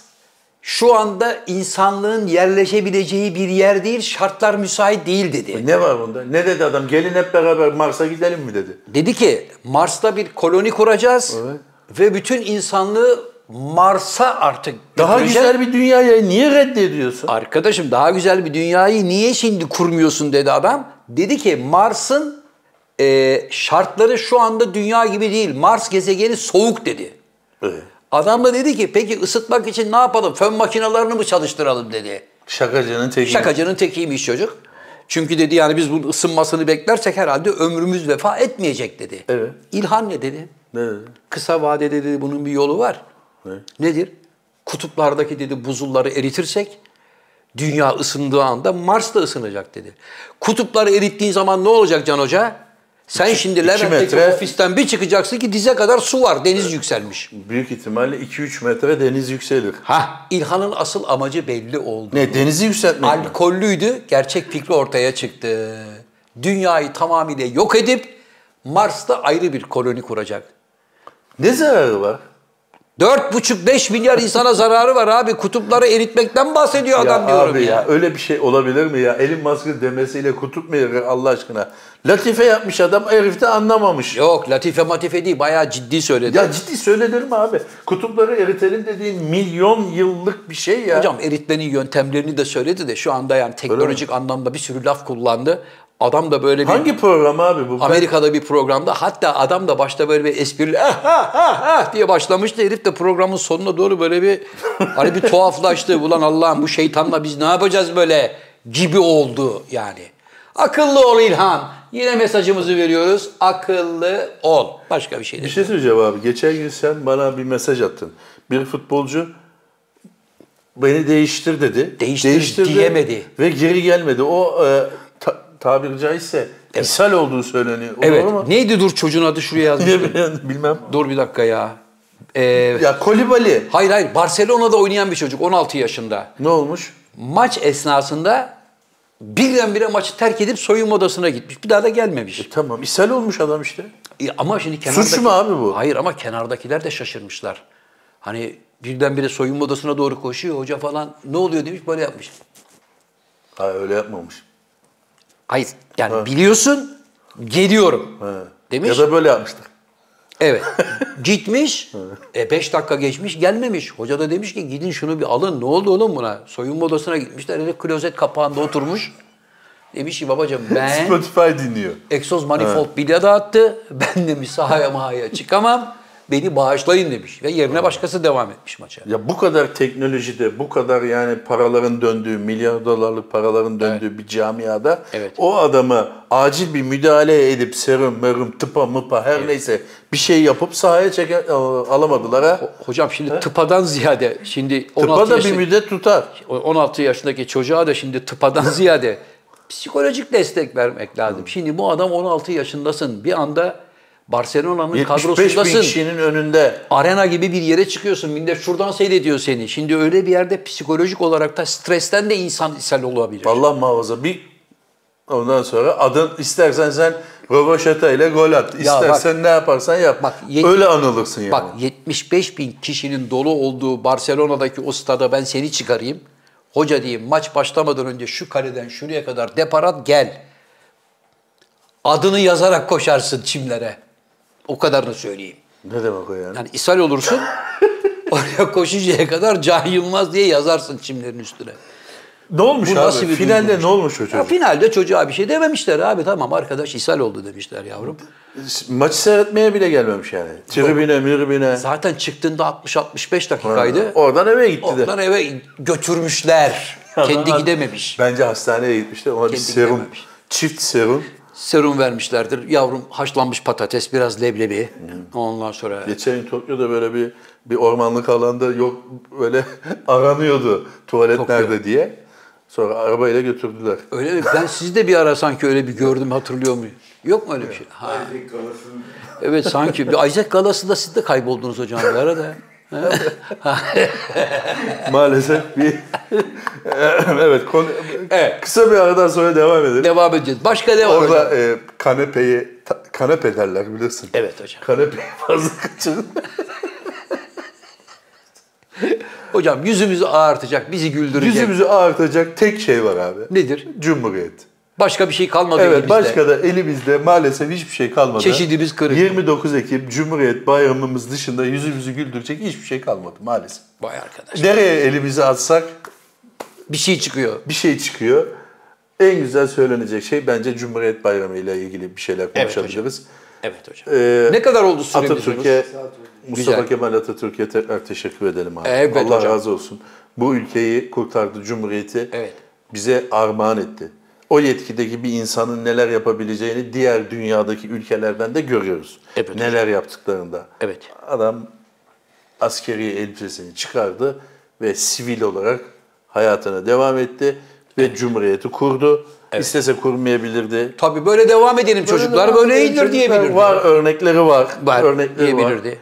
şu anda insanlığın yerleşebileceği bir yer değil, şartlar müsait değil dedi. Ne var bunda? Ne dedi adam? Gelin hep beraber Mars'a gidelim mi dedi. Dedi ki Mars'ta bir koloni kuracağız Evet. ve bütün insanlığı Mars'a artık Daha götüreceğiz. güzel bir dünyayı niye reddediyorsun? Arkadaşım daha güzel bir dünyayı niye şimdi kurmuyorsun dedi adam. Dedi ki Mars'ın e, şartları şu anda dünya gibi değil. Mars gezegeni soğuk dedi. Evet. Adam da dedi ki peki ısıtmak için ne yapalım? Fön makinelerini mi çalıştıralım dedi. Şakacının teki. Şakacının tekiymiş çocuk. Çünkü dedi yani biz bunun ısınmasını beklersek herhalde ömrümüz vefa etmeyecek dedi. Evet. İlhan ne dedi? Ne dedi? Kısa vadede dedi bunun bir yolu var. Ne? Nedir? Kutuplardaki dedi buzulları eritirsek dünya ısındığı anda Mars da ısınacak dedi. Kutupları erittiğin zaman ne olacak Can Hoca? Sen şimdi Levent'teki metre- ofisten bir çıkacaksın ki dize kadar su var, deniz yükselmiş. Büyük ihtimalle iki üç metre deniz yükselir. Ha, İlhan'ın asıl amacı belli oldu. Ne, denizi yükseltmek mi? Alkollüydü, gerçek fikri ortaya çıktı. Dünyayı tamamıyla yok edip Mars'ta ayrı bir koloni kuracak. Ne zararı var? Dört buçuk beş milyar insana zararı var abi. Kutupları eritmekten bahsediyor adam ya diyorum abi ya. ya. Öyle bir şey olabilir mi ya? Elon Musk'ın demesiyle kutup mu erir Allah aşkına? Latife yapmış adam, herif de anlamamış. Yok latife matife değil, bayağı ciddi söyledi. Ya ciddi söylenir mi abi? Kutupları eritelim dediğin milyon yıllık bir şey ya. Hocam eritmenin yöntemlerini de söyledi de şu anda yani teknolojik anlamda bir sürü laf kullandı. Adam da böyle bir... Hangi program abi bu? Amerika'da bir programda, hatta adam da başta böyle bir esprili ah, ah, ah, ah diye başlamıştı. Herif de programın sonuna doğru böyle bir hani bir tuhaflaştı. Ulan Allah'ım bu şeytanla biz ne yapacağız böyle gibi oldu yani. Akıllı ol İlhan. Yine mesajımızı veriyoruz. Akıllı ol. Başka bir şey Bir değil. şey söyleyeceğim abi. Geçen gün sen bana bir mesaj attın. Bir futbolcu beni değiştir dedi. Değiştir Değiştirdi diyemedi. ve geri gelmedi. O e, ta, tabiri caizse ishal olduğu söyleniyor. O Evet. doğru mu? Neydi dur çocuğun adı şuraya yazmıştım. Ne bileyim, bilmem. Dur bir dakika ya. Ee, Ya Kolibali. hayır hayır Barcelona'da oynayan bir çocuk on altı yaşında. Ne olmuş? Maç esnasında birdenbire maçı terk edip soyunma odasına gitmiş. Bir daha da gelmemiş. E, tamam. ishal olmuş adam işte. E, ama şimdi kenardaki... Suç mu abi bu? Hayır ama kenardakiler de şaşırmışlar. Hani birdenbire soyunma odasına doğru koşuyor hoca falan. Ne oluyor demiş, böyle yapmış. Hayır öyle yapmamış. Hayır yani biliyorsun geliyorum He. demiş. Ya da böyle yapmışlar. Evet. Gitmiş. e beş dakika geçmiş gelmemiş. Hoca da demiş ki gidin şunu bir alın. Ne oldu oğlum buna? Soyunma odasına gitmişler. Öyle klozet kapağında oturmuş. Demiş ki babacığım ben Spotify dinliyor. egzoz manifold bilya dağıttı. Ben demiş sahaya mahaya çıkamam. Beni bağışlayın demiş. Ve yerine başkası devam etmiş maça. Ya bu kadar teknolojide, bu kadar yani paraların döndüğü, milyar dolarlık paraların döndüğü bir camiada Evet. o adamı acil bir müdahale edip serum, merum, tıpa mıpa her neyse bir şey yapıp sahaya çeken alamadılar ha. Hocam şimdi tıpadan ziyade şimdi on Tıpa altı, da bir yaşı- müddet tutar. on altı yaşındaki çocuğa da şimdi tıpadan ziyade psikolojik destek vermek lazım. Şimdi bu adam on altı yaşındasın. Bir anda Barcelona'nın yetmiş beş bin kadrosundasın. kişinin önünde. Arena gibi bir yere çıkıyorsun. Millet şuradan seyrediyor seni. Şimdi öyle bir yerde psikolojik olarak da stresten de insan ishal olabilir. Allah muhafaza bir ondan sonra adın istersen sen rövaşata ile gol at. İstersen bak- ne yaparsan yap. bak, yet- Öyle anılırsın yani. Bak yetmiş beş bin kişinin dolu olduğu Barcelona'daki o stada ben seni çıkarayım. Hoca diyeyim maç başlamadan önce şu kaleden şuraya kadar depar at gel. Adını yazarak koşarsın çimlere. O kadarını söyleyeyim. Ne demek o yani? Yani ishal olursun. Oraya koşuncaya kadar Can Yılmaz diye yazarsın çimlerin üstüne. Ne olmuş Bu abi? nasıl bir Finalde duygu? ne olmuş o Ya çocuk? finalde çocuğa bir şey dememişler abi, tamam arkadaş ishal oldu demişler yavrum. Maçı seyretmeye bile gelmemiş yani. Tribüne, miribine. Zaten çıktığında altmış altmış beş dakikaydı. Oradan eve gitti de. Oradan eve götürmüşler. Kendi gidememiş. Bence hastaneye gitmişler. Ona bir Kendi serum, gidememiş. çift serum. Serum vermişlerdir. Yavrum haşlanmış patates, biraz leblebi. Ondan sonra Geçen gün Tokyo'da böyle bir bir ormanlık alanda yok böyle aranıyordu tuvalet Tokyo. nerede diye. Sonra arabayla götürdüler. öyle mi? Ben sizi de bir ara sanki öyle bir gördüm, hatırlıyor muyum? Yok mu öyle bir şey? Ha. Isaac Galas'ın Evet sanki. Bir Isaac Galas'ında siz de kayboldunuz hocam bir arada. Maalesef bir... evet, konu... Evet. Kısa bir aradan sonra devam edelim. Devam edeceğiz. Başka ne var hocam? Orada e, kanepeyi, ta, kanepe derler bilirsin. Evet hocam. Kanepeyi fazla kaçırdın. Hocam yüzümüzü ağartacak, bizi güldürecek. Yüzümüzü ağartacak tek şey var abi. Nedir? Cumhuriyet. Başka bir şey kalmadı Evet, elimizde. başka da elimizde maalesef hiçbir şey kalmadı. Çeşidimiz kırık. yirmi dokuz Ekim Cumhuriyet Bayramımız dışında yüzümüzü güldürecek hiçbir şey kalmadı maalesef. Vay arkadaş. Nereye elimizi atsak Bir şey çıkıyor. bir şey çıkıyor. En güzel söylenecek şey bence Cumhuriyet Bayramı ile ilgili bir şeyler Evet konuşabiliriz. Evet hocam. Ee, Ne kadar oldu süremiz? Atatürk'e, Mustafa Güzel. Kemal Atatürk'e tekrar teşekkür edelim abi. Evet Allah hocam. razı olsun. Bu ülkeyi kurtardı, Cumhuriyeti Evet. bize armağan etti. O yetkideki bir insanın neler yapabileceğini diğer dünyadaki ülkelerden de görüyoruz. Evet. Neler yaptıklarında. Evet. Adam askeri elbisesini çıkardı ve sivil olarak hayatına devam etti ve Cumhuriyeti kurdu. İstese kurmayabilirdi. Tabii böyle devam edelim çocuklar, böyle iyidir diyebilirdi. Var, örnekleri var. Var örnekleri var. diyebilirdi.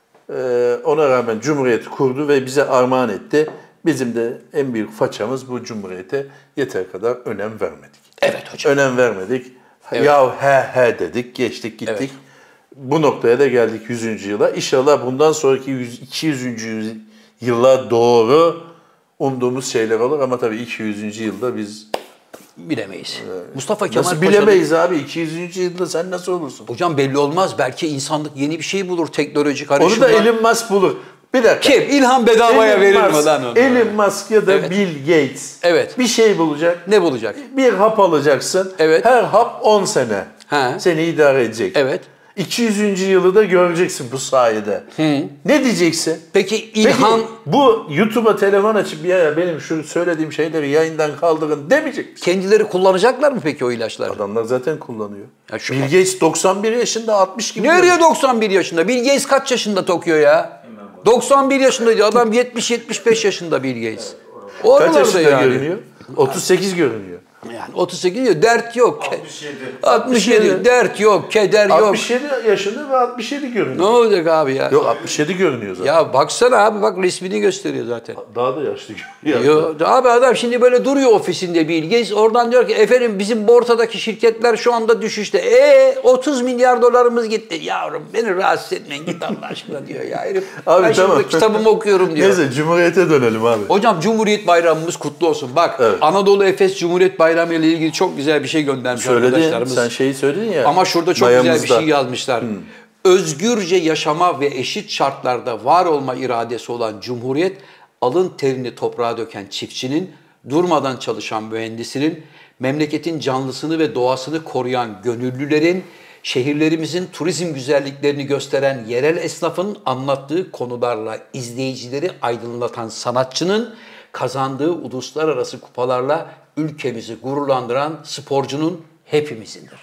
Ee, ona rağmen Cumhuriyeti kurdu ve bize armağan etti. Bizim de en büyük façamız bu Cumhuriyete yeter kadar önem vermedik. Evet hocam. Önem vermedik. Evet. Ya he he dedik, geçtik gittik. Evet. Bu noktaya da geldik yüzüncü yıla. İnşallah bundan sonraki yüz, iki yüzüncü yıla doğru umduğumuz şeyler olur. Ama tabii iki yüzüncü yılda biz Bilemeyiz. Mustafa Kemal nasıl Paşa'nın- bilemeyiz abi? iki yüzüncü yılda sen nasıl olursun? Hocam belli olmaz. Belki insanlık yeni bir şey bulur. Teknolojik Onu da arayışında. Elon Musk bulur. Bir dakika. Kim? İlhan bedavaya Elon verir mi Musk- lan onu? Elon Musk ya da Evet. Bill Gates Evet. bir şey bulacak. Ne bulacak? Bir hap alacaksın. Evet. Her hap on sene. He. Seni idare edecek. Evet. iki yüzüncü yılı da göreceksin bu sayede. Ne diyeceksin? Peki Peki, İlhan... bu YouTube'a telefon açıp ya benim şu söylediğim şeyleri yayından kaldırın demeyecek misin? Kendileri kullanacaklar mı peki o ilaçları? Adamlar zaten kullanıyor. Ya şu- Bill Gates doksan bir yaşında, altmış gibi. Nereye doksan bir yaşında? Bill Gates kaç yaşında Tokyo ya? doksan bir yaşındaydı. Adam yetmiş yetmiş beş yaşında Bill Gates. Kaç Oralarda yaşında yani. görünüyor? otuz sekiz görünüyor. Yani otuz sekiz diyor. Dert yok. altmış yedi. altmış yedi. Dert yok. Keder yok. altmış yedi yaşında ve altmış yedi görünüyor. Ne olacak abi ya? Yok altmış yedi görünüyor zaten. Ya baksana abi, bak resmini gösteriyor zaten. Daha da yaşlı görünüyor. Yo, abi adam şimdi böyle duruyor ofisinde Bill Gates. Oradan diyor ki efendim bizim borsadaki şirketler şu anda düşüşte. E otuz milyar dolarımız gitti. Yavrum beni rahatsız etmeyin git Allah aşkına diyor ya. Herif, Abi ben tamam. şimdi kitabımı okuyorum diyor. Neyse Cumhuriyet'e dönelim abi. Hocam Cumhuriyet Bayramımız kutlu olsun. Bak Evet. Anadolu Efes Cumhuriyet Bayramı ile ilgili çok güzel bir şey göndermiş Söyledin, arkadaşlarımız. sen şeyi söyledin ya. Ama şurada çok güzel bir mayamızda. şey yazmışlar. Özgürce yaşama ve eşit şartlarda var olma iradesi olan Cumhuriyet, alın terini toprağa döken çiftçinin, durmadan çalışan mühendisinin, memleketin canlısını ve doğasını koruyan gönüllülerin, şehirlerimizin turizm güzelliklerini gösteren yerel esnafın anlattığı konularla izleyicileri aydınlatan sanatçının, kazandığı uluslararası kupalarla ülkemizi gururlandıran sporcunun hepimizindir.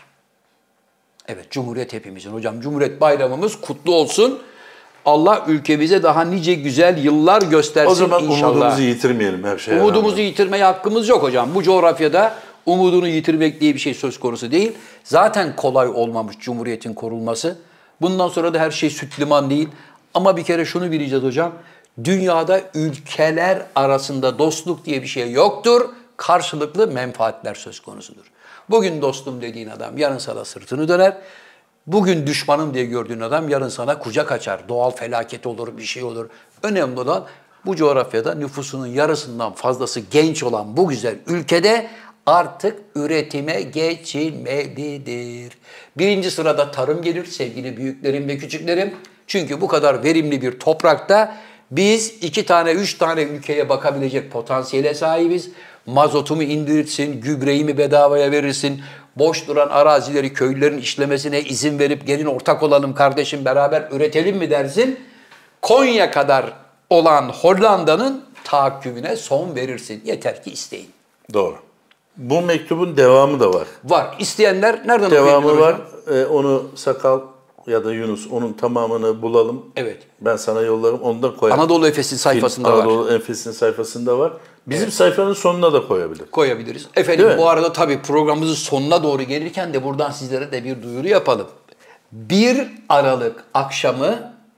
Evet, Cumhuriyet hepimizin. Hocam Cumhuriyet Bayramımız kutlu olsun. Allah ülkemize daha nice güzel yıllar göstersin O zaman inşallah. umudumuzu yitirmeyelim her şeye. Umudumuzu rağmen. yitirmeye hakkımız yok hocam. Bu coğrafyada umudunu yitirmek diye bir şey söz konusu değil. Zaten kolay olmamış Cumhuriyet'in kurulması. Bundan sonra da her şey süt liman değil. Ama bir kere şunu bileceğiz hocam. Dünyada ülkeler arasında dostluk diye bir şey yoktur. Karşılıklı menfaatler söz konusudur. Bugün dostum dediğin adam yarın sana sırtını döner. Bugün düşmanım diye gördüğün adam yarın sana kucak açar. Doğal felaket olur, bir şey olur. Önemli olan bu coğrafyada nüfusunun yarısından fazlası genç olan bu güzel ülkede artık üretime geçilmelidir. Birinci sırada tarım gelir sevgili büyüklerim ve küçüklerim. Çünkü bu kadar verimli bir toprakta biz iki tane, üç tane ülkeye bakabilecek potansiyele sahibiz. Mazotumu indirirsin, gübreyi mi bedavaya verirsin, boş duran arazileri köylülerin işlemesine izin verip gelin ortak olalım kardeşim beraber üretelim mi dersin. Konya kadar olan Hollanda'nın tahakkümüne son verirsin. Yeter ki isteyin. Doğru. Bu mektubun devamı da var. Var. İsteyenler nereden Devamı okuyabilir var. hocam? Ee, onu Sakal ya da Yunus onun tamamını bulalım. Evet. Ben sana yollarım. Onu da koyarım. Anadolu Efes'in sayfasında var. Anadolu Efes'in sayfasında var. Bizim sayfanın sonuna da koyabilir. Koyabiliriz. Efendim Değil mi? bu arada tabii programımızın sonuna doğru gelirken de buradan sizlere de bir duyuru yapalım. bir Aralık akşamı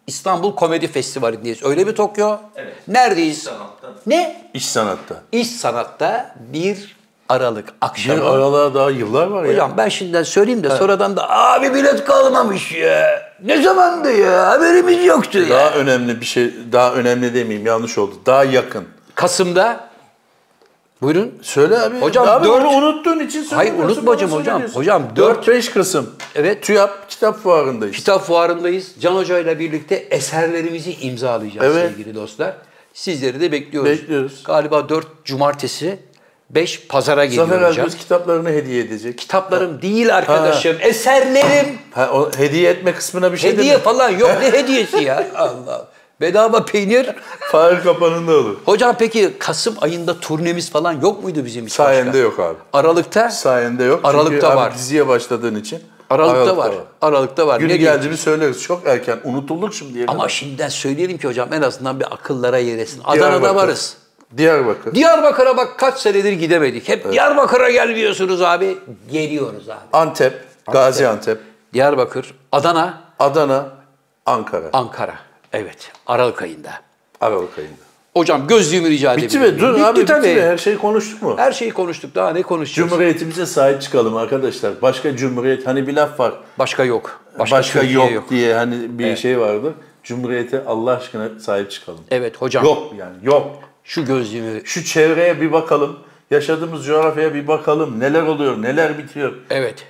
İstanbul Komedi Festivali'ndeyiz. Öyle mi Tokyo? Evet. Neredeyiz? Sanatta. Ne? İş sanatta. İş Sanat'ta bir Aralık Bir akşamı. aralığa daha yıllar var ya. Hocam ben şimdiden söyleyeyim de sonradan da abi bilet kalmamış ya. Ne zamandı ya? Haberimiz yoktu ya. Daha önemli bir şey, daha önemli demeyeyim, yanlış oldu. Daha yakın. Kasım'da. Buyurun. Söyle abi. Hocam abi dört- onu unuttuğun için söylüyorsun. Hayır, unutmacım bana hocam. söylüyorsun. Hocam, dört beş Kasım. Evet. TÜYAP Kitap Fuarı'ndayız. Kitap fuarındayız. Can Hoca ile birlikte eserlerimizi imzalayacağız Evet. sevgili dostlar. Sizleri de bekliyoruz. Bekliyoruz. Galiba dört cumartesi, beş pazara geliyor Zafer hocam. Algöz kitaplarını hediye edecek. Kitaplarım değil arkadaşım, eserlerim. Ha, o hediye etme kısmına bir şey Hediye deme. falan yok. Ne hediyesi ya? Allah. Bedava peynir. Fahir kapanında olur. Hocam peki Kasım ayında turnemiz falan yok muydu bizim için? Sayende başka? yok abi. Aralıkta? Sayende yok. Aralıkta Çünkü abi var. diziye başladığın için. Aralıkta, var. Aralıkta var. Günü Ne geldi diyeyim? mi söyleriz. Çok erken. Unutulduk şimdiye Ama kadar. şimdiden söyleyelim ki hocam en azından bir akıllara yeresin. Adana'da Diyarbakır. varız. Diyarbakır. Diyarbakır'a bak kaç senedir gidemedik. Hep Diyarbakır'a gel diyorsunuz abi. Geliyoruz abi. Antep, Gaziantep, Diyarbakır, Adana, Adana, Ankara. Ankara. Evet, Aralık ayında. Aralık ayında. Hocam gözlüğümü rica edebilir Bitti miyim? mi? Dur Bitti abi bitti tabii. mi? Her şeyi konuştuk mu? Her şeyi konuştuk. Daha ne konuşacağız? Cumhuriyetimize sahip çıkalım arkadaşlar. Başka cumhuriyet, hani bir laf var. Başka yok. Başka, Başka, Türkiye yok, diye hani bir şey vardı. Cumhuriyete Allah aşkına sahip çıkalım. Evet hocam. Yok yani yok. Şu gözlüğümü. Şu çevreye bir bakalım. Yaşadığımız coğrafyaya bir bakalım. Neler oluyor, neler bitiyor. Evet.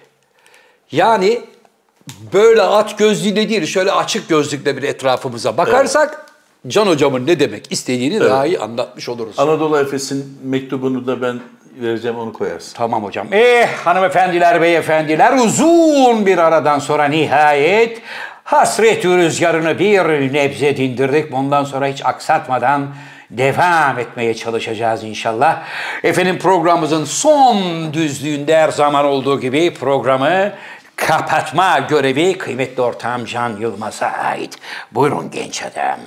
Yani böyle at gözlüğüyle değil, şöyle açık gözlükle bir etrafımıza bakarsak Can hocamın ne demek istediğini daha iyi anlatmış oluruz. Anadolu Efes'in mektubunu da ben vereceğim, onu koyarsın. Tamam hocam. Eh hanımefendiler, beyefendiler, uzun bir aradan sonra nihayet hasret rüzgarını bir nebze dindirdik. Bundan sonra hiç aksatmadan devam etmeye çalışacağız inşallah. Efendim programımızın son düzlüğünde her zaman olduğu gibi programı kapatma görevi kıymetli ortağım Can Yılmaz'a ait. Buyurun genç adam.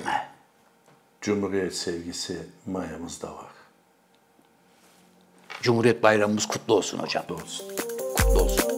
Cumhuriyet sevgisi mayamızda var. Cumhuriyet Bayramımız kutlu olsun hocam. Kutlu olsun. Kutlu olsun.